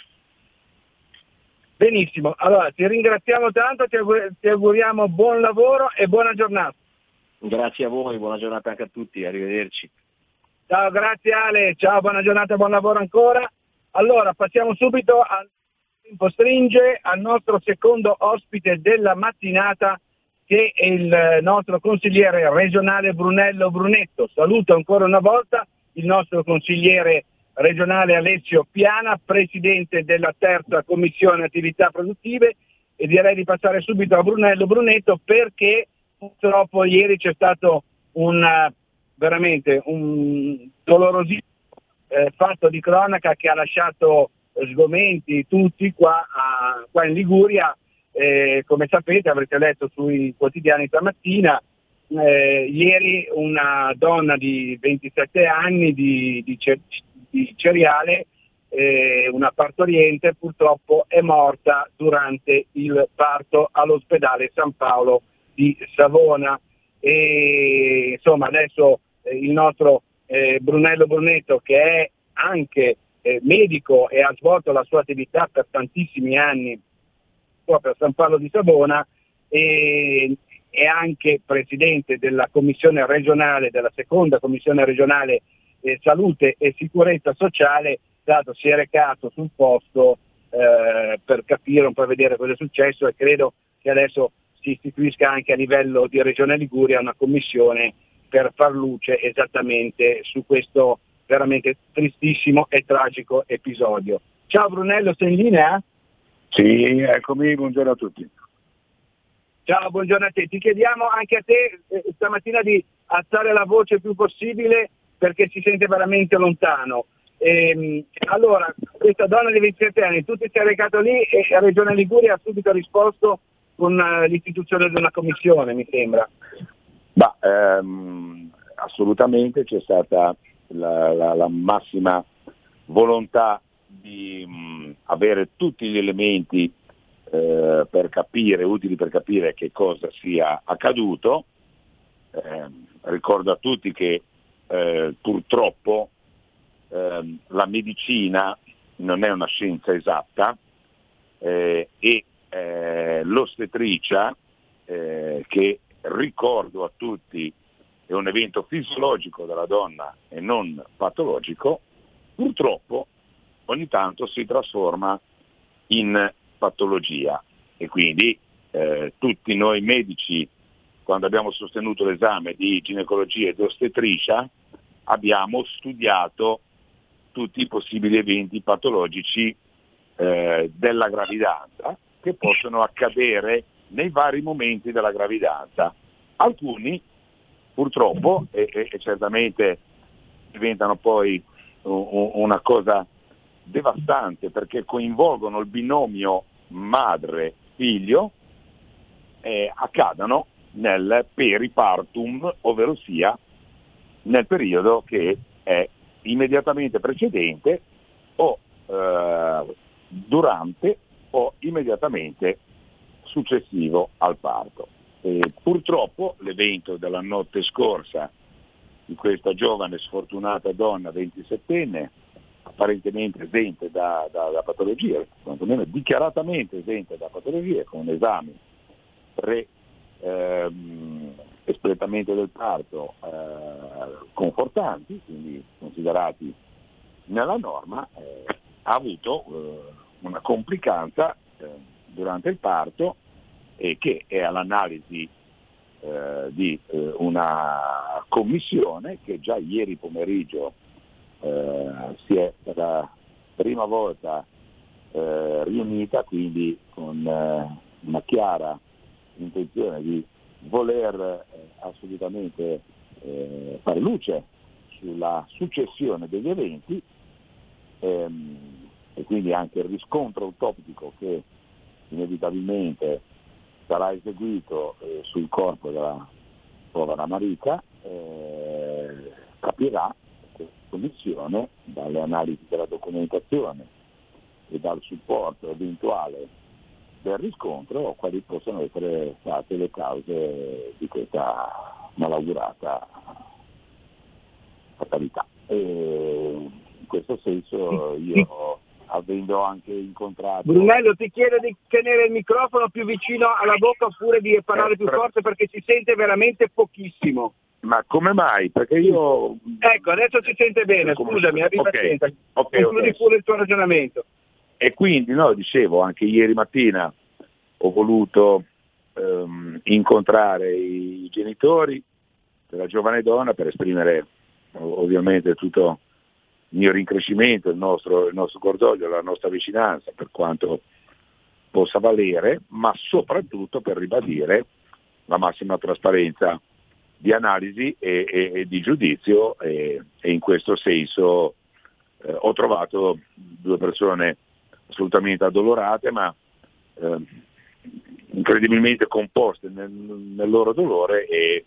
Benissimo, allora ti ringraziamo tanto, ti, augur- ti auguriamo buon lavoro e buona giornata.
Grazie a voi, buona giornata anche a tutti, arrivederci.
Ciao, grazie Ale, ciao, buona giornata, buon lavoro ancora. Allora passiamo subito al tempo stringe, al nostro secondo ospite della mattinata, che è il nostro consigliere regionale Brunello Brunetto. Saluto ancora una volta il nostro consigliere regionale Alessio Piana, presidente della terza commissione attività produttive, e direi di passare subito a Brunello Brunetto perché purtroppo ieri c'è stato un veramente un dolorosissimo eh, fatto di cronaca che ha lasciato sgomenti tutti qua, a, qua in Liguria. Eh, come sapete, avrete letto sui quotidiani stamattina, eh, ieri una donna di ventisette anni di, di, cer- di Ceriale, eh, una partoriente, purtroppo è morta durante il parto all'ospedale San Paolo di Savona. E insomma adesso eh, il nostro eh, Brunello Brunetto, che è anche eh, medico e ha svolto la sua attività per tantissimi anni proprio a San Paolo di Savona, e è anche presidente della commissione regionale, della seconda commissione regionale eh, salute e sicurezza sociale, dato si è recato sul posto eh, per capire un po', vedere cosa è successo, e credo che adesso si istituisca anche a livello di Regione Liguria una commissione per far luce esattamente su questo veramente tristissimo e tragico episodio. Ciao Brunello, sei in linea?
Sì, eccomi, buongiorno a tutti.
Ciao, buongiorno a te. Ti chiediamo anche a te eh, stamattina di alzare la voce il più possibile perché si sente veramente lontano. Ehm, allora, questa donna di ventisette anni, tu ti sei recato lì e la Regione Liguria ha subito risposto con uh, l'istituzione di una commissione, mi sembra.
Ma ehm, assolutamente c'è stata la, la, la massima volontà di mh, avere tutti gli elementi eh, per capire, utili per capire che cosa sia accaduto. Eh, ricordo a tutti che eh, purtroppo eh, la medicina non è una scienza esatta eh, e eh, l'ostetricia, eh, che ricordo a tutti è un evento fisiologico della donna e non patologico, purtroppo ogni tanto si trasforma in patologia, e quindi eh, tutti noi medici, quando abbiamo sostenuto l'esame di ginecologia e di ostetricia, abbiamo studiato tutti i possibili eventi patologici eh, della gravidanza che possono accadere nei vari momenti della gravidanza. Alcuni purtroppo, e, e, e certamente diventano poi un, una cosa devastante perché coinvolgono il binomio madre-figlio, eh, accadano nel peripartum, ovvero sia nel periodo che è immediatamente precedente o eh, durante o immediatamente successivo al parto. E purtroppo l'evento della notte scorsa di questa giovane sfortunata donna ventisettenne, apparentemente esente da, da, da patologie, quantomeno dichiaratamente esente da patologie, con esami pre ehm, espletamento del parto eh, confortanti, quindi considerati nella norma, eh, ha avuto eh, una complicanza eh, durante il parto, e che è all'analisi eh, di eh, una commissione che già ieri pomeriggio eh, si è per la prima volta eh, riunita, quindi con eh, una chiara intenzione di voler eh, assolutamente eh, fare luce sulla successione degli eventi ehm, e quindi anche il riscontro autoptico che inevitabilmente sarà eseguito eh, sul corpo della povera Marika, eh, capirà questa commissione dalle analisi della documentazione e dal supporto eventuale del riscontro quali possono essere state le cause di questa malaugurata fatalità. E in questo senso io, avendo anche incontrato...
Brunello, ti chiedo di tenere il microfono più vicino alla bocca oppure di parlare più forte perché si sente veramente pochissimo.
Ma come mai? Perché io...
Ecco, adesso si sente bene, scusami, abbi pazienza. Okay. Okay, concludi okay. pure il tuo ragionamento.
E quindi, no, dicevo, anche ieri mattina ho voluto ehm, incontrare i genitori della giovane donna per esprimere ovviamente tutto il mio rincrescimento, il nostro, il nostro cordoglio, la nostra vicinanza per quanto possa valere, ma soprattutto per ribadire la massima trasparenza di analisi e, e, e di giudizio, e, e in questo senso eh, ho trovato due persone assolutamente addolorate, ma eh, incredibilmente composte nel, nel loro dolore e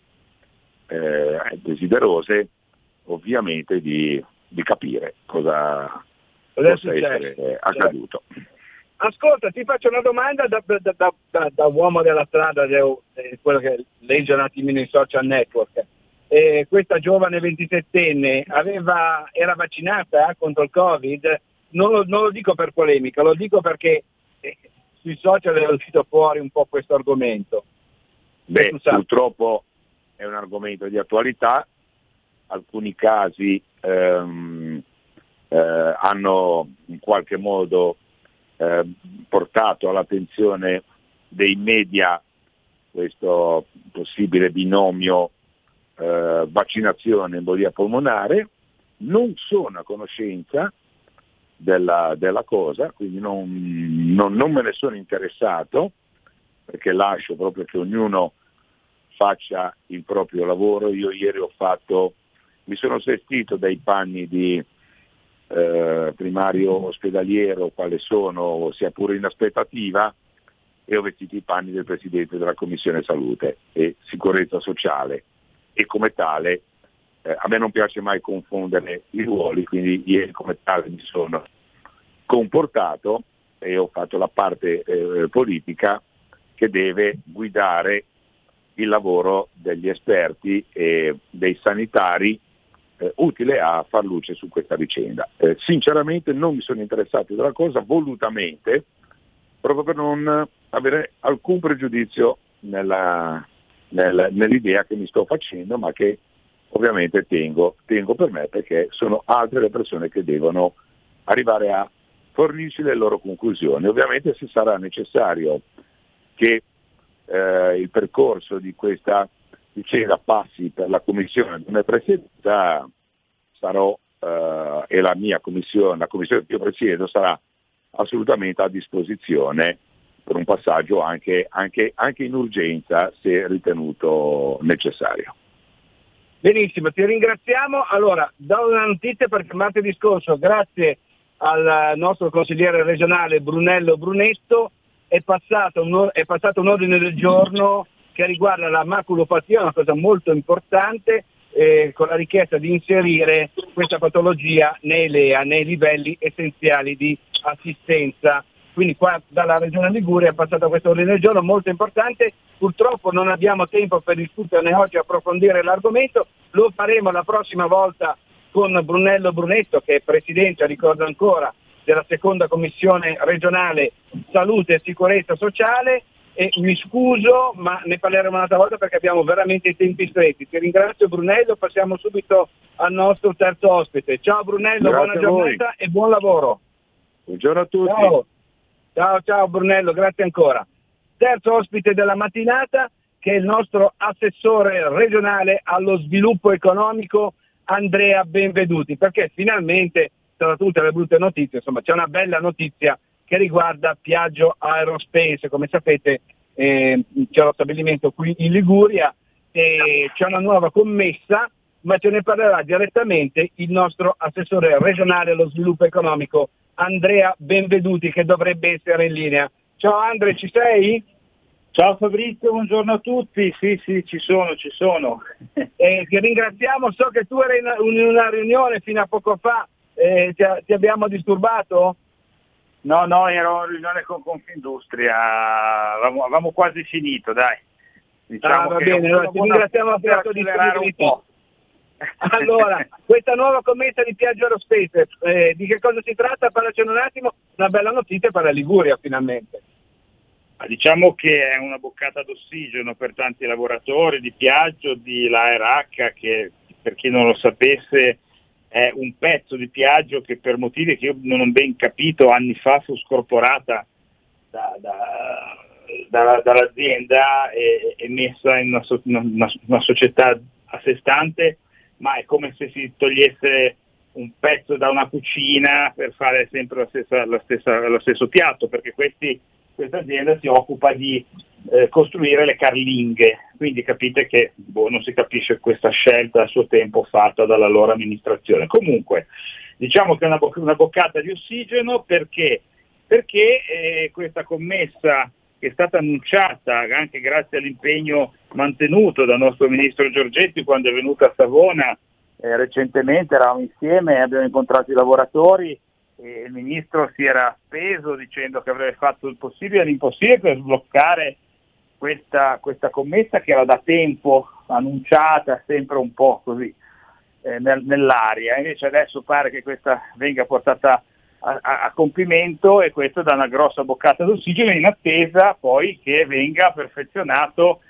eh, desiderose ovviamente di, di capire cosa possa essere accaduto.
Ascolta, ti faccio una domanda da, da, da, da, da uomo della strada, eh, quello che legge un attimino i social network. Eh, questa giovane ventisettenne aveva, era vaccinata eh, contro il Covid? Non lo, non lo dico per polemica, lo dico perché eh, sui social è uscito fuori un po' questo argomento.
Beh, purtroppo è un argomento di attualità, alcuni casi ehm, eh, hanno in qualche modo eh, portato all'attenzione dei media questo possibile binomio eh, vaccinazione embolia polmonare. Non sono a conoscenza della, della cosa, quindi non, non, non me ne sono interessato, perché lascio proprio che ognuno faccia il proprio lavoro. Io ieri ho fatto, mi sono vestito dai panni di eh, primario ospedaliero, quale sono, sia pure in aspettativa, e ho vestito i panni del Presidente della Commissione Salute e Sicurezza Sociale, e come tale eh, a me non piace mai confondere i ruoli, quindi ieri come tale mi sono comportato e ho fatto la parte eh, politica che deve guidare il lavoro degli esperti e dei sanitari eh, utile a far luce su questa vicenda. Eh, sinceramente non mi sono interessato della cosa volutamente, proprio per non avere alcun pregiudizio nella, nel, nell'idea che mi sto facendo, ma che ovviamente tengo, tengo per me, perché sono altre le persone che devono arrivare a fornirci le loro conclusioni. Ovviamente se sarà necessario che eh, il percorso di questa vicenda passi per la commissione di me presieduta, sarò eh, e la mia commissione, la commissione che io presiedo, sarà assolutamente a disposizione per un passaggio anche, anche, anche in urgenza, se ritenuto necessario.
Benissimo, ti ringraziamo. Allora, do una notizia, perché martedì scorso, grazie al nostro consigliere regionale Brunello Brunetto, è passato un, è passato un ordine del giorno che riguarda la maculopatia, una cosa molto importante, eh, con la richiesta di inserire questa patologia nei L E A, nei livelli essenziali di assistenza. Quindi qua dalla Regione Liguria è passato questo ordine del giorno molto importante. Purtroppo non abbiamo tempo per discuterne oggi e approfondire l'argomento, lo faremo la prossima volta con Brunello Brunetto, che è presidente, ricordo ancora, della seconda commissione regionale Salute e Sicurezza Sociale, e mi scuso ma ne parleremo un'altra volta perché abbiamo veramente i tempi stretti. Ti ringrazio Brunello, passiamo subito al nostro terzo ospite. Ciao Brunello,
Grazie
buona giornata e buon lavoro.
Buongiorno a tutti.
Ciao. Ciao, ciao Brunello, grazie ancora. Terzo ospite della mattinata, che è il nostro assessore regionale allo sviluppo economico Andrea Benveduti, perché finalmente, tra tutte le brutte notizie, insomma, c'è una bella notizia che riguarda Piaggio Aerospace. Come sapete eh, c'è lo stabilimento qui in Liguria e c'è una nuova commessa, ma ce ne parlerà direttamente il nostro assessore regionale allo sviluppo economico Andrea Benveduti, che dovrebbe essere in linea. Ciao Andre, ci sei?
Ciao Fabrizio, buongiorno a tutti. Sì, sì, ci sono, ci sono.
Eh, ti ringraziamo, so che tu eri in una riunione fino a poco fa, eh, ti, ti abbiamo disturbato?
No, no, ero in riunione con Confindustria, avevamo, avevamo quasi finito, dai. Diciamo
ah, va
che
bene, allora ti ringraziamo per la tua disponibilità. Allora, questa nuova commessa di Piaggio Aerospace, eh, di che cosa si tratta? Parlaci un attimo, una bella notizia per la Liguria finalmente.
Ma diciamo che è una boccata d'ossigeno per tanti lavoratori di Piaggio, di la A R H, che per chi non lo sapesse è un pezzo di Piaggio che per motivi che io non ho ben capito anni fa fu scorporata da, da, da, dall'azienda e, e messa in una, una, una società a sé stante, ma è come se si togliesse un pezzo da una cucina per fare sempre la stessa, la stessa, lo stesso piatto, perché questi, questa azienda si occupa di eh, costruire le carlinghe, quindi capite che boh, non si capisce questa scelta a suo tempo fatta dalla loro amministrazione. Comunque diciamo che è una, bo- una boccata di ossigeno perché, perché eh, questa commessa che è stata annunciata anche grazie all'impegno mantenuto dal nostro ministro Giorgetti quando è venuto a Savona eh, recentemente, eravamo insieme, abbiamo incontrato i lavoratori e il ministro si era speso dicendo che avrebbe fatto il possibile e l'impossibile per sbloccare questa, questa commessa che era da tempo annunciata, sempre un po' così eh, nel, nell'aria. Invece adesso pare che questa venga portata a, a, a compimento e questo dà una grossa boccata d'ossigeno in attesa poi che venga perfezionato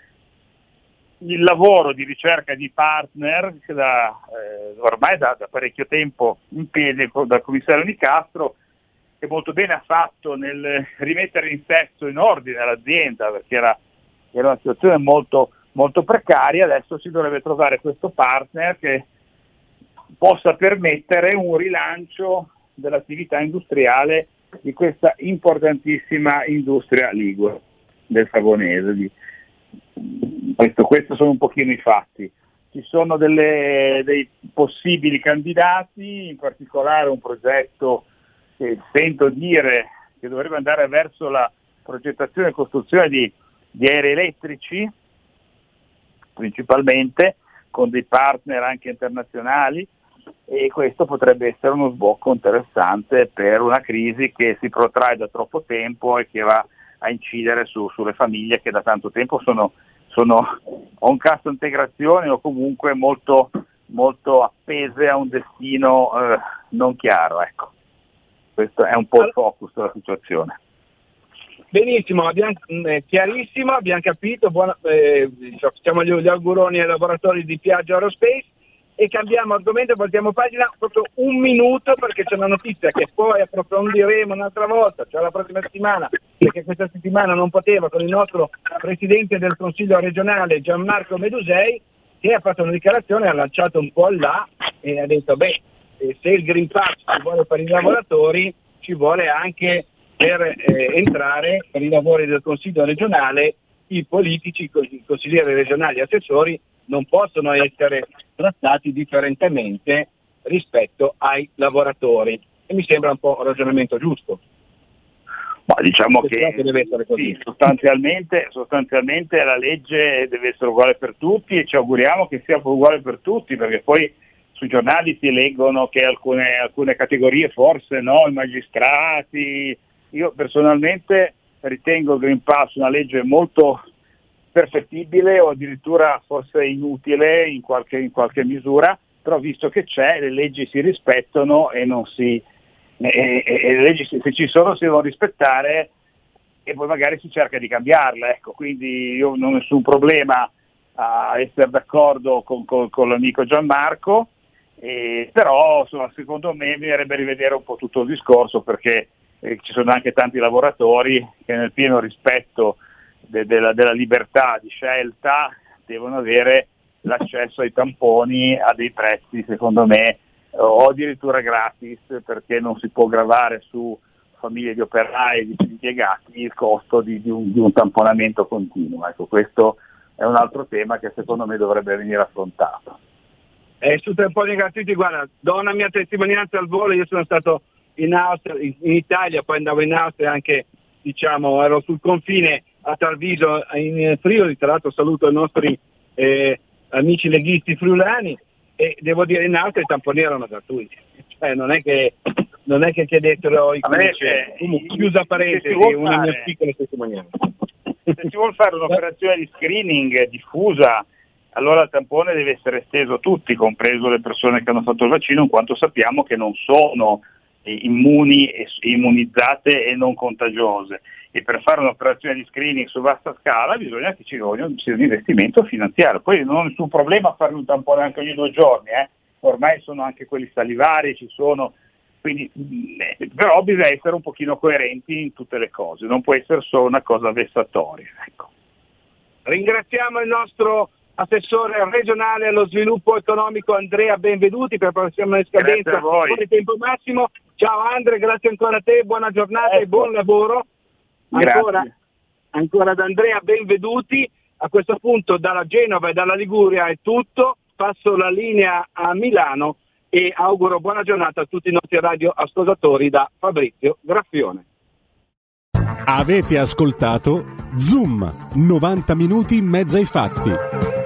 il lavoro di ricerca di partner che da, eh, ormai da, da parecchio tempo in piedi dal commissario Nicastro, che molto bene ha fatto nel rimettere in sesto in ordine l'azienda perché era, era una situazione molto, molto precaria. Adesso si dovrebbe trovare questo partner che possa permettere un rilancio dell'attività industriale di questa importantissima industria ligure del Savonese. Di, Questo, questo sono un pochino i fatti. Ci sono delle, dei possibili candidati, in particolare un progetto che sento dire che dovrebbe andare verso la progettazione e costruzione di, di aerei elettrici, principalmente con dei partner anche internazionali, e questo potrebbe essere uno sbocco interessante per una crisi che si protrae da troppo tempo e che va a incidere su, sulle famiglie che da tanto tempo sono, sono o in cassa integrazione o comunque molto, molto appese a un destino eh, non chiaro. Ecco. Questo è un po' il focus della situazione.
Benissimo, abbiamo, eh, chiarissimo, abbiamo capito, buona, eh, facciamo gli, gli auguroni ai lavoratori di Piaggio Aerospace e cambiamo argomento, voltiamo pagina proprio un minuto perché c'è una notizia che poi approfondiremo un'altra volta, cioè la prossima settimana, perché questa settimana non poteva, con il nostro Presidente del Consiglio regionale Gianmarco Medusei, che ha fatto una dichiarazione, ha lanciato un po' là e ha detto beh, se il Green Pass ci vuole per i lavoratori, ci vuole anche per eh, entrare per i lavori del Consiglio regionale, i politici, i consiglieri regionali e assessori non possono essere trattati differentemente rispetto ai lavoratori. E mi sembra un po' un ragionamento giusto.
Ma diciamo che,
che deve essere così.
Sì, sostanzialmente, sostanzialmente la legge deve essere uguale per tutti e ci auguriamo che sia uguale per tutti, perché poi sui giornali si leggono che alcune, alcune categorie forse no, i magistrati. Io personalmente ritengo il Green Pass una legge molto perfettibile o addirittura forse inutile in qualche, in qualche misura, però visto che c'è, le leggi si rispettano e non si e, e, e le leggi se ci sono si devono rispettare e poi magari si cerca di cambiarle, ecco. Quindi io non ho nessun problema a essere d'accordo con, con, con l'amico Gianmarco, eh, però insomma, secondo me bisognerebbe rivedere un po' tutto il discorso perché eh, ci sono anche tanti lavoratori che nel pieno rispetto de, della, della libertà di scelta devono avere l'accesso ai tamponi a dei prezzi secondo me o addirittura gratis, perché non si può gravare su famiglie di operai e di impiegati il costo di, di, un, di un tamponamento continuo. Ecco, questo è un altro tema che secondo me dovrebbe venire affrontato.
Eh, su tamponi gratuiti, guarda, do una mia testimonianza al volo, io sono stato in Austria, in, in Italia, poi andavo in Austria anche, diciamo, ero sul confine a Treviso, in Friuli, tra l'altro saluto i nostri eh, amici leghisti friulani, e devo dire in Austria i tamponi erano gratuiti, cioè non è che non è che chiedessero i conoscenti. Comunque, chiusa parentesi, una fare, mia piccola testimonianza.
Se si vuole fare un'operazione di screening diffusa, allora il tampone deve essere esteso a tutti, compreso le persone che hanno fatto il vaccino, in quanto sappiamo che non sono immuni e immunizzate e non contagiose. E per fare un'operazione di screening su vasta scala bisogna che ci voglia un investimento finanziario. Poi non ho nessun problema a fare un tampone anche ogni due giorni, eh. Ormai sono anche quelli salivari, ci sono, quindi, eh, però bisogna essere un pochino coerenti in tutte le cose, non può essere solo una cosa vessatoria. Ecco.
Ringraziamo il nostro assessore regionale allo sviluppo economico Andrea Benveduti per la prossima scadenza fuori tempo massimo. Ciao Andre, grazie ancora a te, buona giornata ecco. e buon lavoro. Ancora.
Grazie.
ancora da Andrea, benvenuti. A questo punto dalla Genova e dalla Liguria è tutto, passo la linea a Milano e auguro buona giornata a tutti i nostri radioascoltatori da Fabrizio Graffione.
Avete ascoltato Zoom, novanta minuti in mezzo ai fatti.